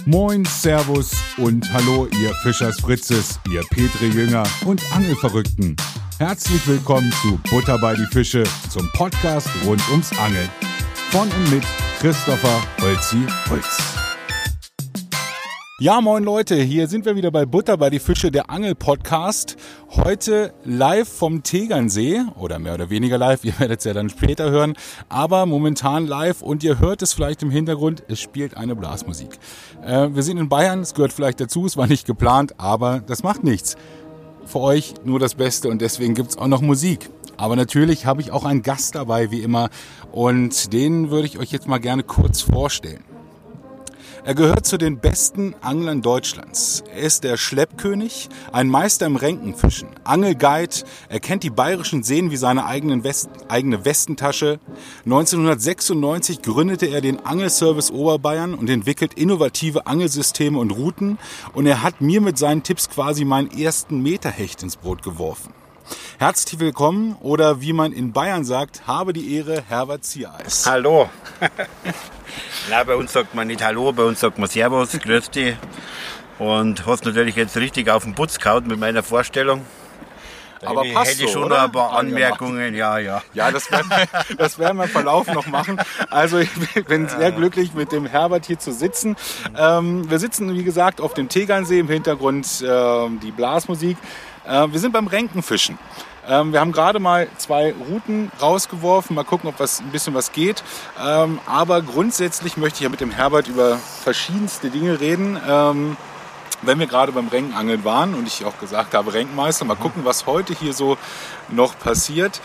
Moin, Servus und hallo, ihr Fischers-Fritzes, ihr Petri-Jünger und Angelverrückten. Herzlich willkommen zu Butter bei die Fische, zum Podcast rund ums Angeln. Von und mit Christopher Holzi Holz. Ja, moin Leute, hier sind wir wieder bei Butter bei die Fische, der Angel-Podcast. Heute live vom Tegernsee, oder mehr oder weniger live, ihr werdet es ja dann später hören, aber momentan live und ihr hört es vielleicht im Hintergrund, es spielt eine Blasmusik. Wir sind in Bayern, es gehört vielleicht dazu, es war nicht geplant, aber das macht nichts. Für euch nur das Beste und deswegen gibt's auch noch Musik. Aber natürlich habe ich auch einen Gast dabei, wie immer, und den würde ich euch jetzt mal gerne kurz vorstellen. Er gehört zu den besten Anglern Deutschlands. Er ist der Schleppkönig, ein Meister im Renkenfischen, Angelguide. Er kennt die bayerischen Seen wie seine eigene Westentasche. 1996 gründete er den Angelservice Oberbayern und entwickelt innovative Angelsysteme und Routen. Und er hat mir mit seinen Tipps quasi meinen ersten Meterhecht ins Brot geworfen. Herzlich willkommen oder wie man in Bayern sagt, habe die Ehre, Herbert Ziereis. Hallo. Na, bei uns sagt man nicht Hallo, bei uns sagt man Servus, grüß dich. Und hast natürlich jetzt richtig auf den Putz gehauen mit meiner Vorstellung. Aber passt hätte ich so, schon oder? noch ein paar Anmerkungen, ja. Ja, das werden wir im Verlauf noch machen. Also ich bin sehr glücklich, mit dem Herbert hier zu sitzen. Wir sitzen, wie gesagt, auf dem Tegernsee, im Hintergrund die Blasmusik. Wir sind beim Renkenfischen. Wir haben gerade mal 2 Routen rausgeworfen, mal gucken, ob ein bisschen was geht. Aber grundsätzlich möchte ich ja mit dem Herbert über verschiedenste Dinge reden. Wenn wir gerade beim Renkenangeln waren und ich auch gesagt habe, Renkenmeister, mal gucken, was heute hier so noch passiert.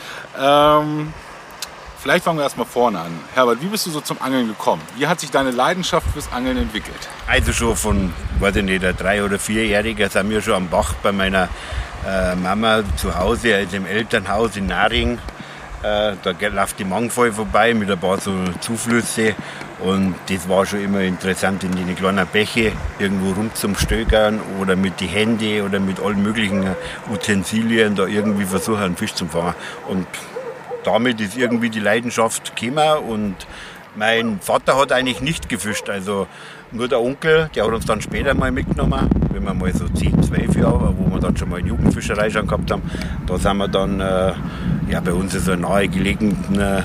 Vielleicht fangen wir erstmal vorne an. Herbert, wie bist du so zum Angeln gekommen? Wie hat sich deine Leidenschaft fürs Angeln entwickelt? Also schon von, weiß ich nicht, ein 3- oder 4-Jähriger sind wir schon am Bach bei meiner Mama zu Hause, also im Elternhaus in Naring. Da läuft die Mangfall vorbei mit ein paar so Zuflüsse und das war schon immer interessant, in den kleinen Bäche irgendwo rumzustökern oder mit die Hände oder mit allen möglichen Utensilien da irgendwie versuchen, einen Fisch zu fangen. Und damit ist irgendwie die Leidenschaft gekommen und mein Vater hat eigentlich nicht gefischt, also nur der Onkel, der hat uns dann später mal mitgenommen, wenn wir mal so 10, 12 Jahre, wo wir dann schon mal Jugendfischerei schon gehabt haben. Da sind wir dann, bei uns ist so ein nahegelegenen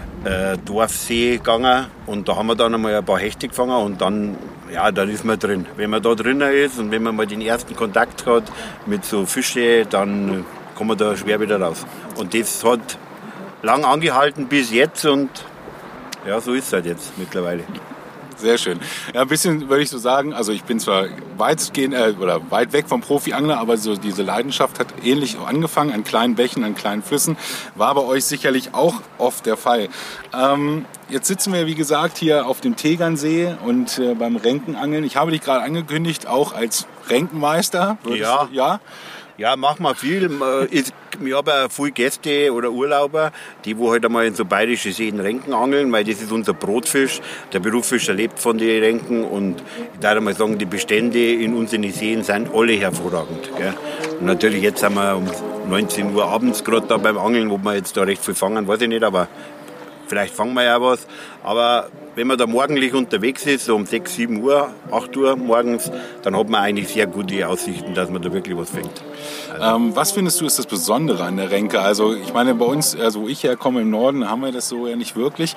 Dorfsee gegangen und da haben wir dann einmal ein paar Hechte gefangen und dann ist man drin. Wenn man da drinnen ist und wenn man mal den ersten Kontakt hat mit so Fische, dann kommt man da schwer wieder raus. Und das hat lang angehalten bis jetzt und ja, so ist es halt jetzt mittlerweile. Sehr schön. Ja, ein bisschen würde ich so sagen, also ich bin zwar weit weg vom Profi-Angler, aber so diese Leidenschaft hat ähnlich angefangen, an kleinen Bächen, an kleinen Flüssen, war bei euch sicherlich auch oft der Fall. Jetzt sitzen wir, wie gesagt, hier auf dem Tegernsee und beim Renkenangeln. Ich habe dich gerade angekündigt, auch als Renkenmeister. Ja. Ja, machen wir viel. Wir haben auch viele Gäste oder Urlauber, die halt einmal in so bayerische Seen Renken angeln, weil das ist unser Brotfisch. Der Berufsfischer lebt von den Renken und ich darf mal sagen, die Bestände in unseren Seen sind alle hervorragend. Gell? Und natürlich jetzt sind wir um 19 Uhr abends gerade da beim Angeln, wo wir jetzt da recht viel fangen, weiß ich nicht, aber vielleicht fangen wir ja was. Aber wenn man da morgendlich unterwegs ist, so um 6, 7 Uhr, 8 Uhr morgens, dann hat man eigentlich sehr gute Aussichten, dass man da wirklich was fängt. Also was findest du ist das Besondere an der Renke? Also ich meine, bei uns, also wo ich herkomme im Norden, haben wir das so ja nicht wirklich.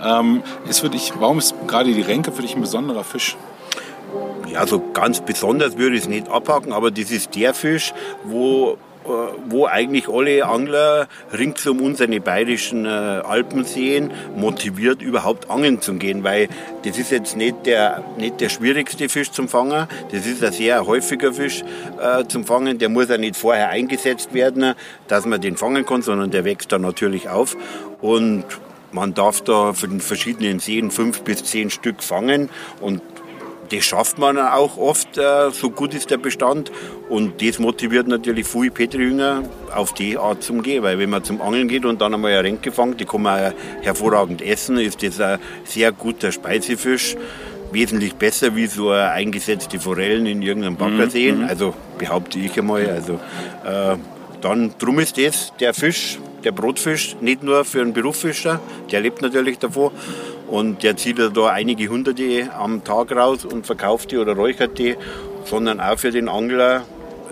Warum ist gerade die Renke für dich ein besonderer Fisch? Ja, so ganz besonders würde ich es nicht abhaken, aber das ist der Fisch, wo eigentlich alle Angler rings um unsere bayerischen Alpenseen motiviert, überhaupt angeln zu gehen, weil das ist jetzt nicht der schwierigste Fisch zum Fangen, das ist ein sehr häufiger Fisch zum Fangen, der muss ja nicht vorher eingesetzt werden, dass man den fangen kann, sondern der wächst dann natürlich auf und man darf da für den verschiedenen Seen 5 bis 10 Stück fangen und das schafft man auch oft, so gut ist der Bestand. Und das motiviert natürlich viele Petri-Jünger auf die Art zum Gehen. Weil wenn man zum Angeln geht und dann einmal eine Renke fängt, die kann man hervorragend essen, ist das ein sehr guter Speisefisch. Wesentlich besser wie so eingesetzte Forellen in irgendeinem Baggersee. Also behaupte ich einmal. Also, drum ist das der Fisch, der Brotfisch, nicht nur für einen Berufsfischer, der lebt natürlich davon und der zieht da einige Hunderte am Tag raus und verkauft die oder räuchert die, sondern auch für den Angler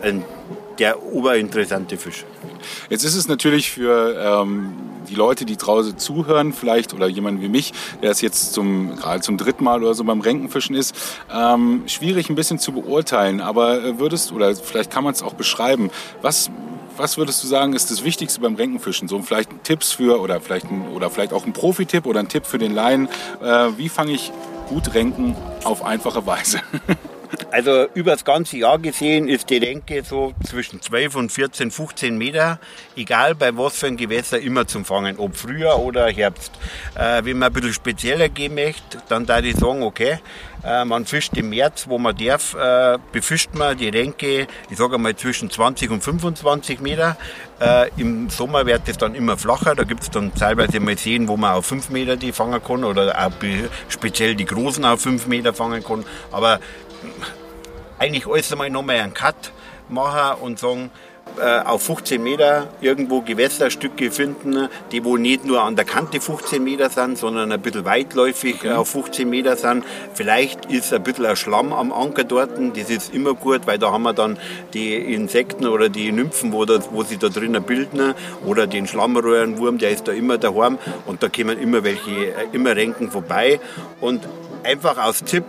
der oberinteressante Fisch. Jetzt ist es natürlich für die Leute, die draußen zuhören vielleicht oder jemand wie mich, der es jetzt gerade zum dritten Mal oder so beim Renkenfischen ist, schwierig ein bisschen zu beurteilen. Aber vielleicht kann man es auch beschreiben. Was würdest du sagen, ist das Wichtigste beim Renkenfischen? So vielleicht Tipps oder vielleicht auch ein Profi-Tipp oder ein Tipp für den Laien. Wie fange ich gut Renken auf einfache Weise? Also über das ganze Jahr gesehen ist die Renke so zwischen 12 und 14, 15 Meter, egal bei was für ein Gewässer, immer zum Fangen, ob Frühjahr oder Herbst. Wenn man ein bisschen spezieller gehen möchte, dann da ich sagen, okay, man fischt im März, wo man darf, befischt man die Renke, ich sage einmal zwischen 20 und 25 Meter. Im Sommer wird es dann immer flacher, da gibt es dann teilweise mal Seen, wo man auf 5 Meter die fangen kann oder auch speziell die Großen auf 5 Meter fangen kann. Aber eigentlich alles einmal nochmal einen Cut machen und sagen, auf 15 Meter irgendwo Gewässerstücke finden, die wo nicht nur an der Kante 15 Meter sind, sondern ein bisschen weitläufig auf 15 Meter sind. Vielleicht ist ein bisschen ein Schlamm am Anker dort, das ist immer gut, weil da haben wir dann die Insekten oder die Nymphen, wo sie da drinnen bilden, oder den Schlammröhrenwurm, der ist da immer daheim und da kommen immer Renken vorbei. Und einfach als Tipp,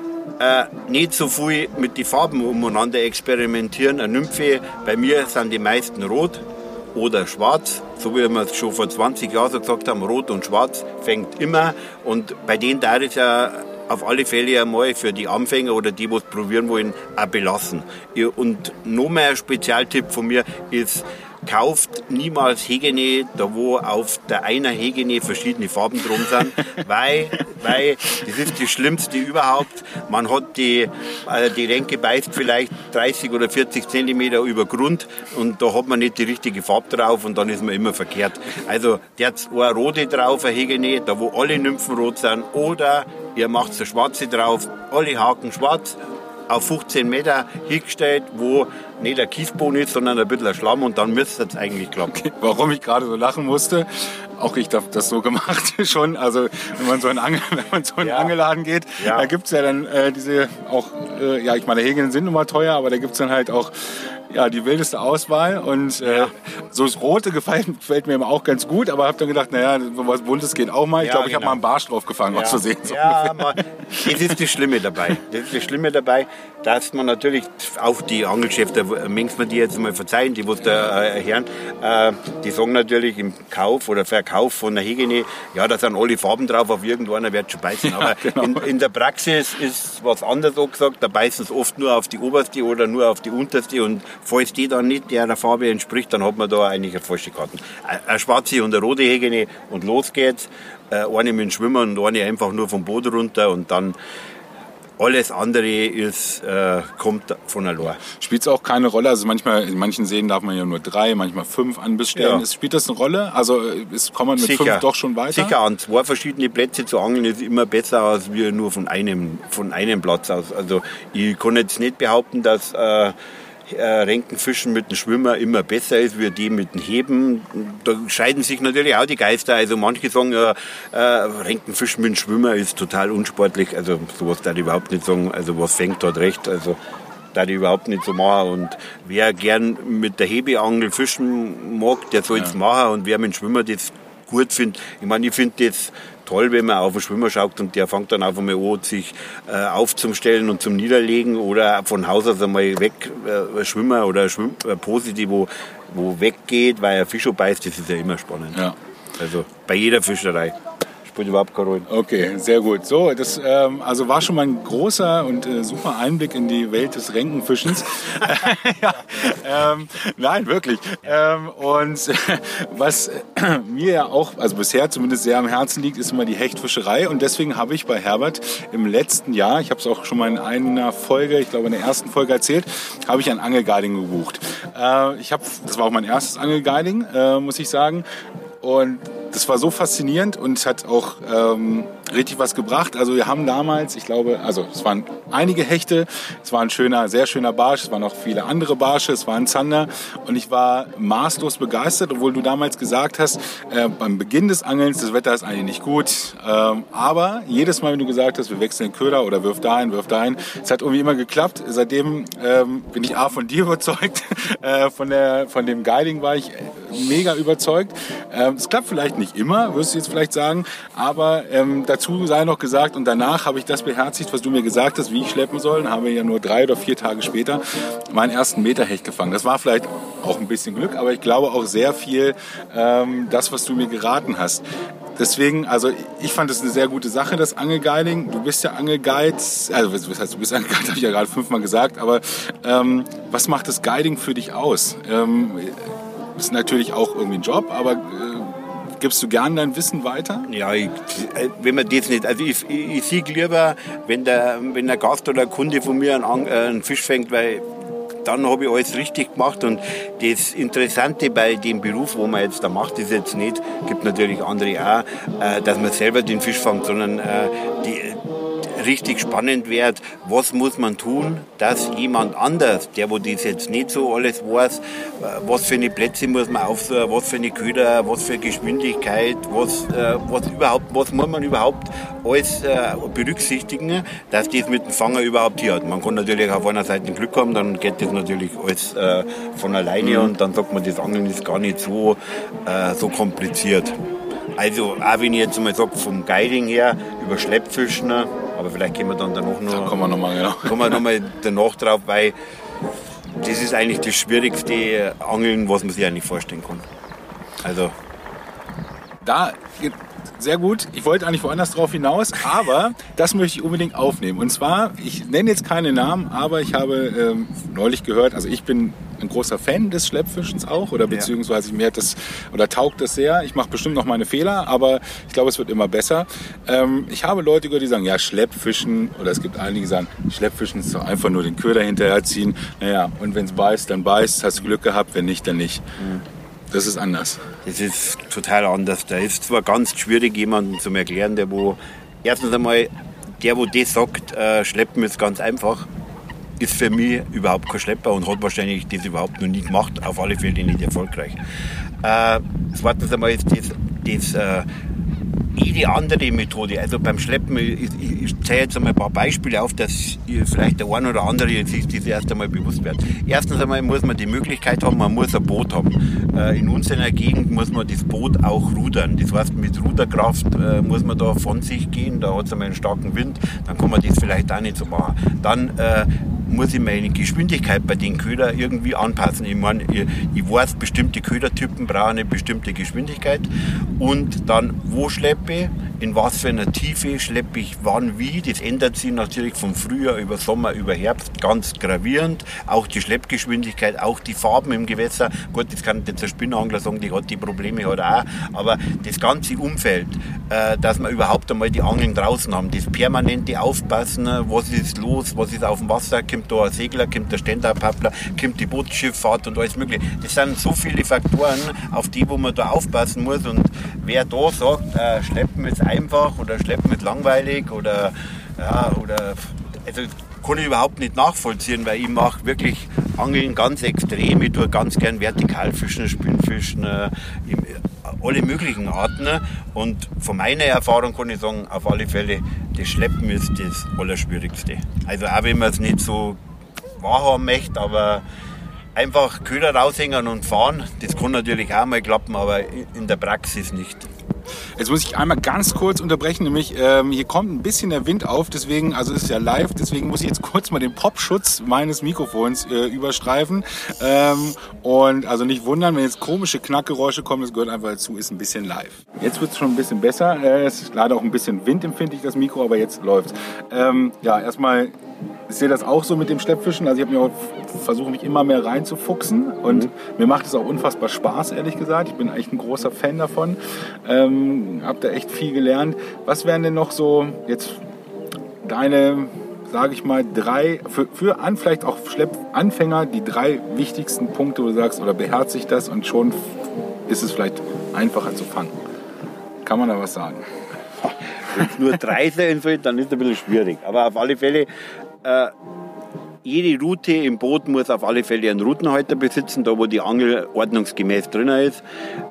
nicht so viel mit den Farben umeinander experimentieren. Eine Nymphe, bei mir sind die meisten rot oder schwarz, so wie wir es schon vor 20 Jahren so gesagt haben, rot und schwarz fängt immer. Und bei denen da ist ja auf alle Fälle einmal für die Anfänger oder die, die es probieren wollen, auch belassen. Und noch mehr ein Spezialtipp von mir ist, kauft niemals Hegene, da wo auf der einer Hegene verschiedene Farben drum sind, weil das ist das Schlimmste überhaupt. Man hat die Renke beißt vielleicht 30 oder 40 Zentimeter über Grund und da hat man nicht die richtige Farbe drauf und dann ist man immer verkehrt. Also der hat eine rote drauf, ein Hegene, da wo alle Nymphen rot sind, oder ihr macht eine schwarze drauf, alle Haken schwarz, auf 15 Meter hingestellt, wo nicht ein Kiesboden ist, sondern ein bisschen ein Schlamm, und dann müsste es eigentlich klappen. Okay, warum ich gerade so lachen musste, auch ich habe das so gemacht schon, also wenn man so in einen Angelladen geht, da gibt es ja dann ich meine, Hägeln sind nun mal teuer, aber da gibt es dann halt auch die wildeste Auswahl, und so das Rote gefällt mir immer auch ganz gut, aber habe dann gedacht, naja, so was Buntes geht auch mal. Ich glaube, ich habe mal einen Barsch drauf gefangen, was zu sehen. So das ist das Schlimme dabei. Dass man natürlich auf die Angelgeschäfte, manchmal die jetzt mal verzeihen, die was da hören, die sagen natürlich im Kauf oder Verkauf von der Hegene, da sind alle Farben drauf, auf irgendeiner wird schon beißen. Aber in der Praxis ist was anderes angesagt, da beißen es oft nur auf die oberste oder nur auf die unterste, und falls die dann nicht der Farbe entspricht, dann hat man da eigentlich eine falsche Karte. Eine schwarze und eine rote Hegene und los geht's. Eine mit dem Schwimmer und eine einfach nur vom Boden runter, und dann alles andere kommt von allein. Spielt es auch keine Rolle? Also manchmal, in manchen Seen darf man ja nur 3, manchmal 5 Anbiss stellen. Spielt das eine Rolle? Also kommt man mit 5 doch schon weiter? Sicher, an 2 verschiedene Plätze zu angeln ist immer besser, als wir nur von einem Platz aus. Also ich kann jetzt nicht behaupten, dass Renkenfischen mit dem Schwimmer immer besser ist wie die mit dem Heben. Da scheiden sich natürlich auch die Geister. Also manche sagen, Renkenfischen mit dem Schwimmer ist total unsportlich. Also sowas darf ich überhaupt nicht sagen. Also was fängt dort recht? Also darf ich überhaupt nicht so machen. Und wer gern mit der Hebeangel fischen mag, der soll es machen. Und wer mit dem Schwimmer das gut findet, ich meine, ich finde das toll, wenn man auf den Schwimmer schaut und der fängt dann auf einmal an, sich aufzustellen und zum Niederlegen, oder von Haus aus einmal weg, ein Schwimmer oder eine Pose, die wo weggeht, weil er Fisch beißt, das ist ja immer spannend. Ja. Also bei jeder Fischerei. Spielt überhaupt keine Rolle. Okay, sehr gut. So, das war schon mal ein großer und super Einblick in die Welt des Renkenfischens. Nein, wirklich. Und was mir ja auch, also bisher zumindest sehr am Herzen liegt, ist immer die Hechtfischerei. Und deswegen habe ich bei Herbert im letzten Jahr, ich habe es auch schon mal in einer Folge, ich glaube in der ersten Folge erzählt, habe ich ein Angelguiding gebucht. Das war auch mein erstes Angelguiding, muss ich sagen. Und das war so faszinierend und hat auch richtig was gebracht. Also wir haben damals, ich glaube, also es waren einige Hechte, es war ein sehr schöner Barsch, es waren auch viele andere Barsche, es war ein Zander und ich war maßlos begeistert, obwohl du damals gesagt hast, beim Beginn des Angelns, das Wetter ist eigentlich nicht gut, aber jedes Mal, wenn du gesagt hast, wir wechseln den Köder oder wirf dahin, es hat irgendwie immer geklappt. Seitdem bin ich von dir überzeugt, von dem Guiding war ich mega überzeugt. Es klappt vielleicht nicht immer, wirst du jetzt vielleicht sagen, aber dazu sei noch gesagt, und danach habe ich das beherzigt, was du mir gesagt hast, wie ich schleppen soll, und habe ja nur 3 oder 4 Tage später meinen ersten Meterhecht gefangen. Das war vielleicht auch ein bisschen Glück, aber ich glaube auch sehr viel das, was du mir geraten hast. Deswegen, also ich fand es eine sehr gute Sache, das Angelguiding. Du bist ja Angelguide, also was heißt, du bist Angelguide, habe ich ja gerade 5-mal gesagt, aber was macht das Guiding für dich aus? Ist natürlich auch irgendwie ein Job, aber gibst du gern dein Wissen weiter? Ja, wenn man das nicht, also ich sehe lieber, wenn der Gast oder ein Kunde von mir einen Fisch fängt, weil dann habe ich alles richtig gemacht. Und das Interessante bei dem Beruf, wo man jetzt da macht, ist jetzt nicht, gibt natürlich andere auch, dass man selber den Fisch fängt, sondern die richtig spannend wird, was muss man tun, dass jemand anders, der wo das jetzt nicht so alles weiß, was für eine Plätze muss man aufsuchen, was für eine Köder, was für Geschwindigkeit, was muss man überhaupt alles berücksichtigen, dass das mit dem Fanger überhaupt hier hat. Man kann natürlich auf einer Seite Glück haben, dann geht das natürlich alles von alleine und dann sagt man, das Angeln ist gar nicht so kompliziert. Also auch wenn ich jetzt mal sage, vom Guiding her, über Schleppfischen, aber vielleicht gehen wir dann danach noch. Da kommen wir nochmal danach drauf, weil das ist eigentlich das schwierigste Angeln, was man sich eigentlich vorstellen kann. Also. Da, sehr gut. Ich wollte eigentlich woanders drauf hinaus, aber das möchte ich unbedingt aufnehmen. Und zwar, ich nenne jetzt keine Namen, aber ich habe neulich gehört, also ich bin ein großer Fan des Schleppfischens auch, oder beziehungsweise mir hat das, oder taugt das sehr. Ich mache bestimmt noch meine Fehler, aber ich glaube, es wird immer besser. Ich habe Leute gehört, die sagen, ja, Schleppfischen, oder es gibt einige, die sagen, Schleppfischen ist doch einfach nur den Köder hinterherziehen. Naja, und wenn es beißt, dann beißt, hast du Glück gehabt, wenn nicht, dann nicht. Das ist anders. Das ist total anders. Da ist zwar ganz schwierig, jemandem zu erklären, erstens einmal, der, wo das sagt, Schleppen ist ganz einfach, ist für mich überhaupt kein Schlepper und hat wahrscheinlich das überhaupt noch nie gemacht, auf alle Fälle nicht erfolgreich. Zweitens einmal ist das jede andere Methode. Also beim Schleppen, ich zähle jetzt einmal ein paar Beispiele auf, dass vielleicht der eine oder andere jetzt das erst einmal bewusst wird. Erstens einmal muss man die Möglichkeit haben, man muss ein Boot haben. In unserer Gegend muss man das Boot auch rudern. Das heißt, mit Ruderkraft muss man da von sich gehen, da hat es einmal einen starken Wind, dann kann man das vielleicht auch nicht so machen. Dann muss ich meine Geschwindigkeit bei den Ködern irgendwie anpassen. Ich meine, ich weiß, bestimmte Ködertypen brauchen eine bestimmte Geschwindigkeit. Und dann, wo schleppe ich, in was für einer Tiefe schleppe ich wann wie. Das ändert sich natürlich vom Frühjahr über Sommer, über Herbst ganz gravierend. Auch die Schleppgeschwindigkeit, auch die Farben im Gewässer. Gut, das kann jetzt der Spinnangler sagen, die hat die Probleme hat auch. Aber das ganze Umfeld, dass wir überhaupt einmal die Angeln draußen haben, das permanente Aufpassen, was ist los, was ist auf dem Wasser, kommt da ein Segler, kommt der Stand-up-Paddler, kommt die Bootsschifffahrt und alles mögliche. Das sind so viele Faktoren, auf die wo man da aufpassen muss. Und wer da sagt, Schleppen ist einfach oder Schleppen ist langweilig oder also kann ich überhaupt nicht nachvollziehen, weil ich mache wirklich Angeln ganz extrem. Ich tue ganz gern Vertikalfischen, Spinnfischen, alle möglichen Arten. Und von meiner Erfahrung kann ich sagen, auf alle Fälle, das Schleppen ist das Allerschwierigste. Also auch wenn man es nicht so wahrhaben möchte, aber einfach Köder raushängen und fahren, das kann natürlich auch mal klappen, aber in der Praxis nicht. Jetzt muss ich einmal ganz kurz unterbrechen, nämlich hier kommt ein bisschen der Wind auf, deswegen, also es ist ja live, deswegen muss ich jetzt kurz mal den Popschutz meines Mikrofons überstreifen und also nicht wundern, wenn jetzt komische Knackgeräusche kommen, das gehört einfach dazu, ist ein bisschen live. Jetzt wird es schon ein bisschen besser, es ist leider auch ein bisschen windempfindlich das Mikro, aber jetzt läuft's. Ja, erstmal, ich sehe das auch so mit dem Schleppfischen, also ich habe mir auch versuche mich immer mehr reinzufuchsen und mir macht es auch unfassbar Spaß, ehrlich gesagt. Ich bin eigentlich ein großer Fan davon. Habe da echt viel gelernt. Was wären denn noch so jetzt deine, sage ich mal, vielleicht auch Schleppanfänger, die 3 wichtigsten Punkte, wo du sagst, oder beherzigt das und schon ist es vielleicht einfacher zu fangen? kann man da was sagen? Wenn es nur 3 sein soll, dann ist es ein bisschen schwierig. Aber auf alle Fälle, jede Route im Boot muss auf alle Fälle einen Routenhalter besitzen, da wo die Angel ordnungsgemäß drin ist.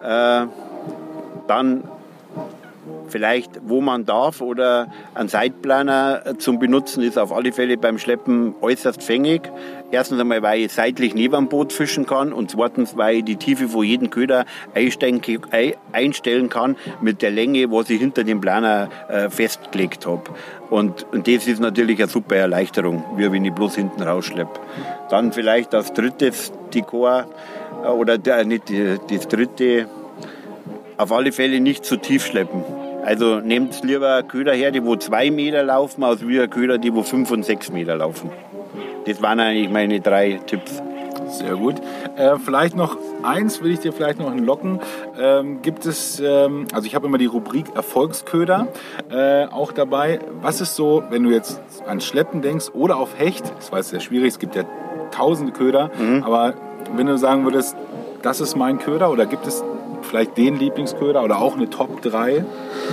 Dann vielleicht, wo man darf, oder ein Sideplaner zum Benutzen ist auf alle Fälle beim Schleppen äußerst fängig. Erstens einmal, weil ich seitlich neben dem Boot fischen kann, und zweitens, weil ich die Tiefe von jedem Köder einstellen kann mit der Länge, was ich hinter dem Planer festgelegt habe. Und das ist natürlich eine super Erleichterung, wie wenn ich bloß hinten rausschleppe. Dann vielleicht als drittes Dekor, oder nicht das dritte, auf alle Fälle nicht zu tief schleppen. Also nehmt lieber Köder her, die wo 2 Meter laufen, als wie Köder, die wo 5 und 6 Meter laufen. Das waren eigentlich meine 3 Tipps. Sehr gut. Vielleicht noch eins, will ich dir vielleicht noch entlocken. Gibt es, also ich habe immer die Rubrik Erfolgsköder auch dabei. Was ist so, wenn du jetzt an Schleppen denkst oder auf Hecht? Das war jetzt sehr schwierig, es gibt ja tausende Köder. Aber wenn du sagen würdest, das ist mein Köder, oder gibt es vielleicht den Lieblingsköder oder auch eine Top 3?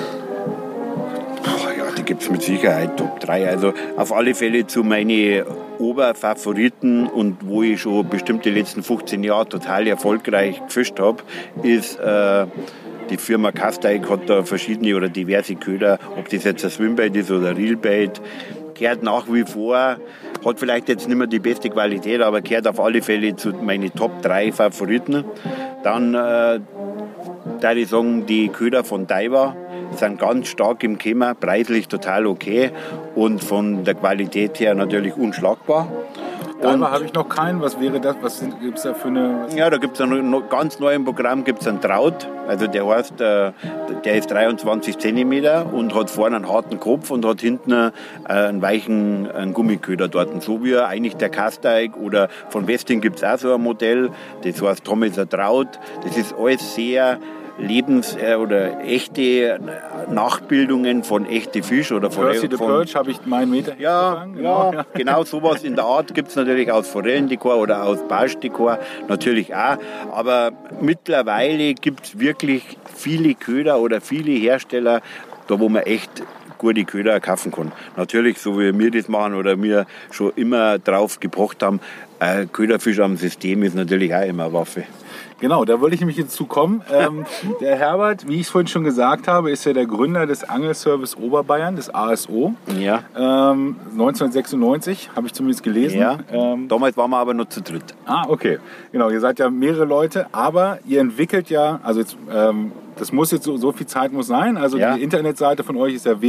Ja, die gibt es mit Sicherheit, Top 3. Also auf alle Fälle zu meinen Oberfavoriten, und wo ich schon bestimmt die letzten 15 Jahre total erfolgreich gefischt habe, ist die Firma Casteig, hat da verschiedene oder diverse Köder, ob das jetzt ein Swimbait ist oder Reelbait, gehört nach wie vor, hat vielleicht jetzt nicht mehr die beste Qualität, aber gehört auf alle Fälle zu meinen Top 3 Favoriten. Dann da ich sagen, die Köder von Daiwa sind ganz stark im Kämmer, preislich total okay und von der Qualität her natürlich unschlagbar. Daiwa habe ich noch keinen. Was wäre das? Was gibt es da für eine? Ja, da gibt es ganz neu im Programm gibt's einen Traut. Also der heißt, der ist 23 cm und hat vorne einen harten Kopf und hat hinten einen weichen Gummiköder dort. So wie eigentlich der Casteig, oder von Westing gibt es auch so ein Modell, das heißt Thomaser Traut. Das ist alles sehr oder echte Nachbildungen von echten Fisch oder von Percy the Perch habe ich meinen Meter gefangen. Ja, genau sowas in der Art gibt es natürlich aus Forellendekor oder aus Barschdekor natürlich auch. Aber mittlerweile gibt es wirklich viele Köder oder viele Hersteller, da wo man echt gute Köder kaufen kann. Natürlich, so wie wir das machen oder wir schon immer drauf gepocht haben, Köderfisch am System ist natürlich auch immer eine Waffe. Genau, da wollte ich nämlich jetzt zu kommen. Der Herbert, wie ich es vorhin schon gesagt habe, ist ja der Gründer des Angelservice Oberbayern, des ASO. Ja. 1996, habe ich zumindest gelesen. Ja. Damals waren wir aber nur zu dritt. Ah, okay. Genau, ihr seid ja mehrere Leute, aber ihr entwickelt ja, also jetzt, das muss jetzt so viel Zeit muss sein. Also ja. Die Internetseite von euch ist ja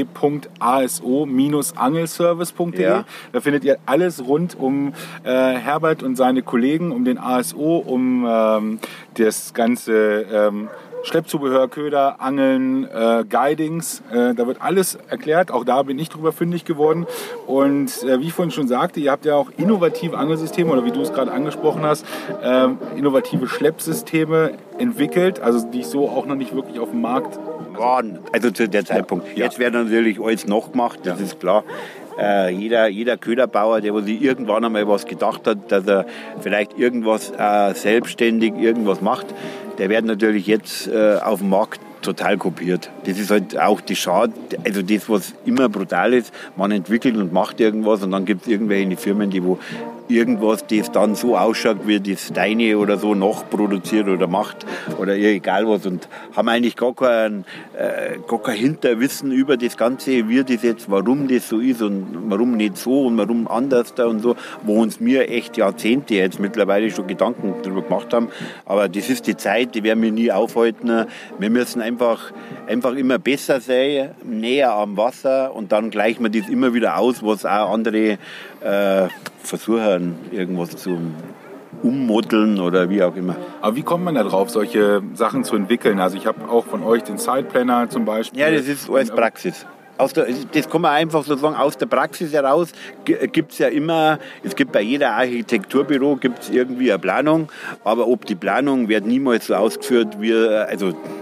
www.aso-angelservice.de. Ja. Da findet ihr alles rund um Herbert und seine Kollegen, um den ASO, um das ganze Schleppzubehör, Köder, Angeln, Guidings. Da wird alles erklärt. Auch da bin ich drüber fündig geworden. Und wie ich vorhin schon sagte, ihr habt ja auch innovative Angelsysteme, oder wie du es gerade angesprochen hast, innovative Schleppsysteme entwickelt, also die ich so auch noch nicht wirklich auf dem Markt waren. Also zu der Zeitpunkt. Ja. Jetzt wird natürlich alles nachgemacht, das ist klar. Jeder Köderbauer, der sich irgendwann einmal was gedacht hat, dass er vielleicht irgendwas selbstständig irgendwas macht, der wird natürlich jetzt auf dem Markt total kopiert. Das ist halt auch die Schade, also das, was immer brutal ist, man entwickelt und macht irgendwas und dann gibt es irgendwelche Firmen, die wo irgendwas, das dann so ausschaut, wie das deine oder so nachproduziert oder macht oder egal was, und haben eigentlich gar kein Hinterwissen über das Ganze, wie das jetzt, warum das so ist und warum nicht so und warum anders da und so, wo uns mir echt Jahrzehnte jetzt mittlerweile schon Gedanken darüber gemacht haben. Aber das ist die Zeit, die werden wir nie aufhalten. Wir müssen einfach immer besser sein, näher am Wasser, und dann gleichen wir das immer wieder aus, was auch andere versuchen, irgendwas zu ummodeln oder wie auch immer. Aber wie kommt man da drauf, solche Sachen zu entwickeln? Also ich habe auch von euch den Sideplanner zum Beispiel. Ja, das ist alles Praxis. Das kann man einfach so sagen, aus der Praxis heraus gibt es ja immer, es gibt bei jeder Architekturbüro gibt's irgendwie eine Planung, aber ob die Planung wird niemals so ausgeführt wie, also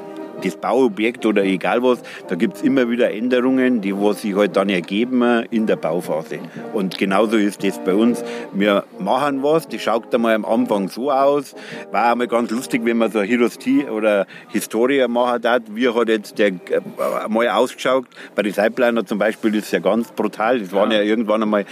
das Bauobjekt oder egal was, da gibt es immer wieder Änderungen, die was sich halt dann ergeben in der Bauphase. Und genauso ist das bei uns. Wir machen was, das schaut einmal am Anfang so aus. War einmal ganz lustig, wenn man so History oder Historie machen darf. Wie hat jetzt der mal ausgeschaut? Bei den Seipliner zum Beispiel ist es ja ganz brutal. Das waren ja irgendwann einmal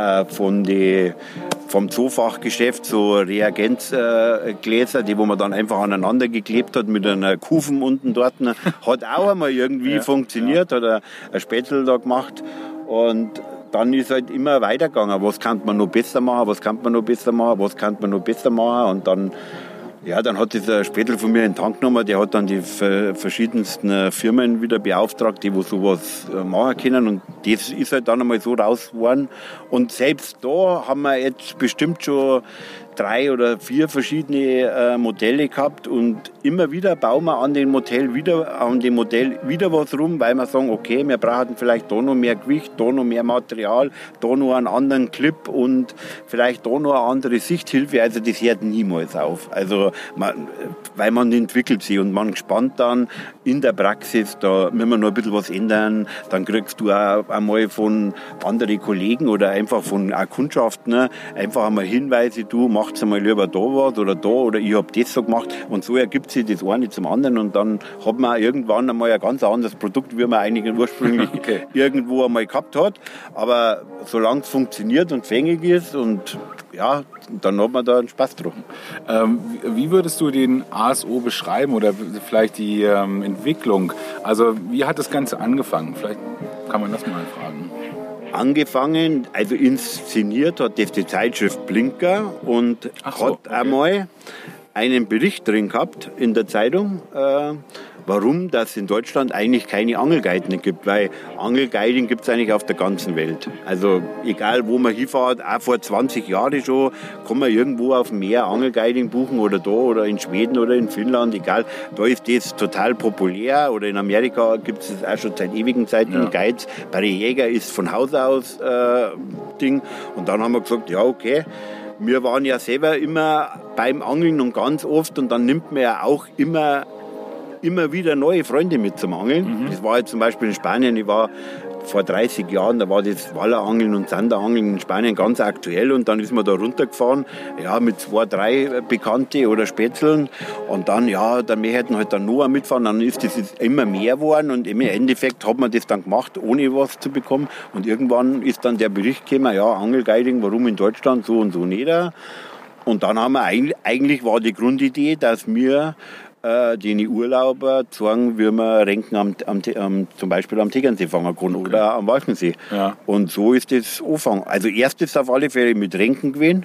vom Zoofachgeschäft so Reagenzgläser, die wo man dann einfach aneinander geklebt hat mit einer Kufen unten dort. Hat auch einmal irgendwie funktioniert, hat ein Spätzle da gemacht und dann ist halt immer weitergegangen. Was kann man noch besser machen, was kann man noch besser machen, was kann man noch besser machen und dann hat dieser Spätzle von mir in den Tank genommen, der hat dann die verschiedensten Firmen wieder beauftragt, die wo sowas machen können und das ist halt dann einmal so raus geworden und selbst da haben wir jetzt bestimmt schon 3 oder 4 verschiedene Modelle gehabt und immer wieder bauen wir an dem Modell wieder was rum, weil wir sagen, okay, wir brauchen vielleicht da noch mehr Gewicht, da noch mehr Material, da noch einen anderen Clip und vielleicht da noch eine andere Sichthilfe. Also das hört niemals auf. Also weil man entwickelt sich und man gespannt dann in der Praxis, da müssen wir noch ein bisschen was ändern, dann kriegst du auch einmal von anderen Kollegen oder einfach von Kundschaften einfach einmal Hinweise, du macht einmal lieber da was oder ich habe das so gemacht und so ergibt sich das eine zum anderen und dann hat man irgendwann einmal ein ganz anderes Produkt, wie man eigentlich ursprünglich irgendwo einmal gehabt hat, aber solange es funktioniert und fängig ist und ja, dann hat man da einen Spaß dran. Wie würdest du den ASO beschreiben oder vielleicht die Entwicklung? Also wie hat das Ganze angefangen? Vielleicht kann man das mal fragen. Angefangen, also inszeniert hat das die Zeitschrift Blinker und hat einmal einen Bericht drin gehabt in der Zeitung, warum das in Deutschland eigentlich keine Angelguiden gibt, weil Angelguiden gibt es eigentlich auf der ganzen Welt. Also egal wo man hinfährt, auch vor 20 Jahren schon, kann man irgendwo auf dem Meer Angelguiding buchen oder da oder in Schweden oder in Finnland, egal. Da ist das total populär oder in Amerika gibt es das auch schon seit ewigen Zeiten Guides. Bei den Jäger ist von Haus aus Ding. Und dann haben wir gesagt, ja okay, wir waren ja selber immer beim Angeln und ganz oft und dann nimmt man ja auch immer wieder neue Freunde mit zum Angeln. Das war jetzt zum Beispiel in Spanien, ich war vor 30 Jahren, da war das Wallerangeln und Sanderangeln in Spanien ganz aktuell und dann ist man da runtergefahren, ja, mit 2, 3 Bekannte oder Spätzeln und dann, ja, dann möchten halt dann noch mitfahren, dann ist das immer mehr geworden und im Endeffekt hat man das dann gemacht, ohne was zu bekommen und irgendwann ist dann der Bericht gekommen, ja, Angelguiding, warum in Deutschland so und so nicht. Und dann haben wir eigentlich war die Grundidee, dass wir den Urlauber zeigen, wie man Renken zum Beispiel am Tegernsee fangen kann oder am Walchensee. Ja. Und so ist das angefangen. Also erst ist auf alle Fälle mit Renken gewesen,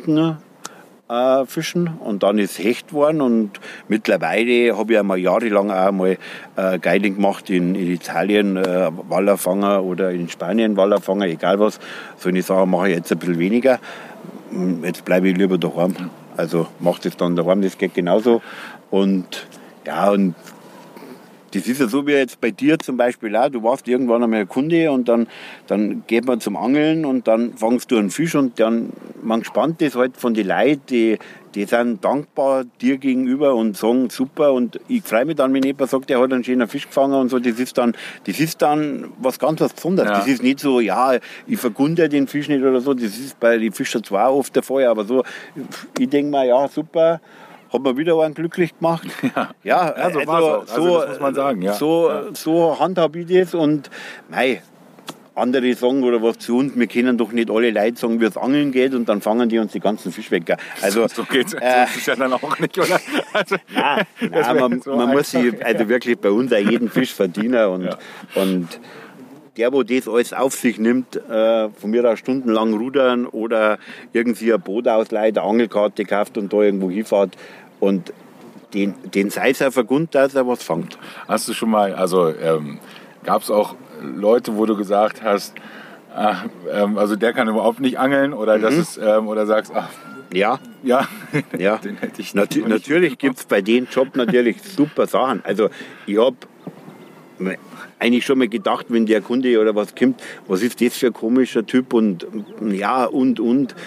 fischen und dann ist Hecht geworden und mittlerweile habe ich einmal jahrelang auch mal Guiding gemacht in Italien, Wallerfanger oder in Spanien Wallerfanger, egal was. So eine Sache mache ich jetzt ein bisschen weniger. Jetzt bleibe ich lieber daheim. Also mache das dann daheim, das geht genauso. Und ja, und das ist ja so wie jetzt bei dir zum Beispiel auch. Du warst irgendwann einmal Kunde und dann geht man zum Angeln und dann fangst du einen Fisch und dann, man gespannt ist halt von den Leuten, die sind dankbar dir gegenüber und sagen super und ich freue mich dann, wenn jemand sagt, der hat einen schönen Fisch gefangen und so, das ist dann was ganz was Besonderes. Ja. Das ist nicht so, ja, ich vergunde den Fisch nicht oder so, das ist bei den Fischern zwar oft der Fall, aber so, ich denke mir, ja, super, hat man wieder einen glücklich gemacht. Ja, so war es. Also, das muss man sagen. Ja. So handhabe ich das und mei, andere sagen oder was zu uns, wir können doch nicht alle Leute sagen, wie es angeln geht und dann fangen die uns die ganzen Fisch weg. Also, so geht's ja dann auch nicht, oder? Also, nein, man muss sich also wirklich bei uns auch jeden Fisch verdienen und der, wo das alles auf sich nimmt, von mir aus stundenlang rudern oder irgendwie ein Boot ausleiht, eine Angelkarte kauft und da irgendwo hinfährt und den sei es auch vergund, dass er was fängt. Hast du schon mal, also gab es auch Leute, wo du gesagt hast, also der kann überhaupt nicht angeln oder das ist, oder sagst, ach, ja. Den hätte ich natürlich gibt es bei dem Job natürlich super Sachen. Also ich habe eigentlich schon mal gedacht, wenn der Kunde oder was kommt, was ist das für ein komischer Typ und ja und.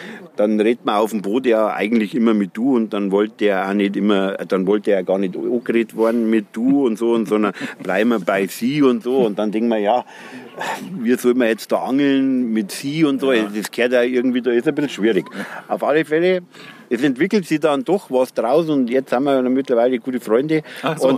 dann redet man auf dem Boot ja eigentlich immer mit du und dann wollte er gar nicht angeredet worden mit du und so, und sondern bleiben wir bei sie und so, und dann denken wir, ja, wie soll man jetzt da angeln mit sie und so, das gehört ja irgendwie, da ist ein bisschen schwierig. Auf alle Fälle, es entwickelt sich dann doch was draus und jetzt sind wir mittlerweile gute Freunde. Ach so,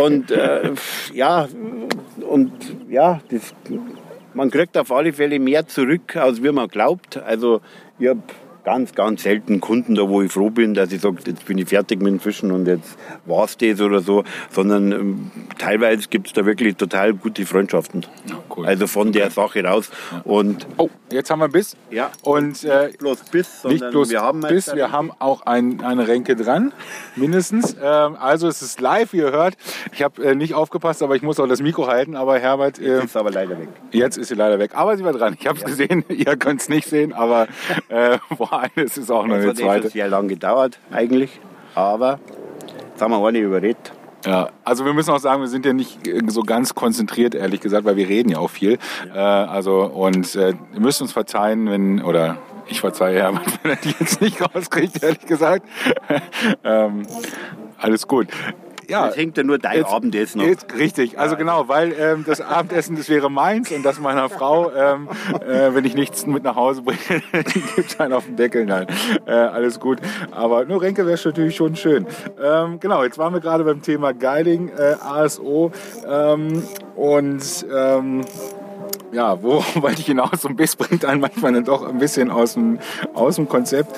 man kriegt auf alle Fälle mehr zurück, als wie man glaubt. Also ich habe ganz, ganz selten Kunden da, wo ich froh bin, dass ich sage, jetzt bin ich fertig mit dem Fischen und jetzt war's das oder so, sondern teilweise gibt es da wirklich total gute Freundschaften. Ja, cool. Also von der Sache raus. Ja. Und jetzt haben wir Biss. Ja. Und nicht bloß Biss, sondern nicht bloß wir haben Biss, wir haben auch eine Renke dran, mindestens. Also es ist live, wie ihr hört. Ich habe nicht aufgepasst, aber ich muss auch das Mikro halten. Aber Herbert, jetzt ist aber leider weg. Jetzt ist sie leider weg. Aber sie war dran. Ich habe es gesehen. Ihr könnt es nicht sehen, aber es ist auch noch eine zweite. Das hat sehr lange gedauert eigentlich, aber jetzt haben wir auch nicht überredet. Ja, also wir müssen auch sagen, wir sind ja nicht so ganz konzentriert, ehrlich gesagt, weil wir reden ja auch viel. Ja. Ihr müsst uns verzeihen, ich verzeihe Herbert, wenn er die jetzt nicht rauskriegt, ehrlich gesagt. Alles gut. Ja, jetzt hängt ja nur dein Abendessen noch. Richtig, also genau, weil das Abendessen, das wäre meins und das meiner Frau, wenn ich nichts mit nach Hause bringe, die gibt einen auf den Deckel. Nein, alles gut. Aber nur Renke wäre natürlich schon schön. Genau, jetzt waren wir gerade beim Thema Guiding, ASO wo wollte ich hinaus? So ein Biss bringt einen manchmal dann doch ein bisschen aus dem Konzept.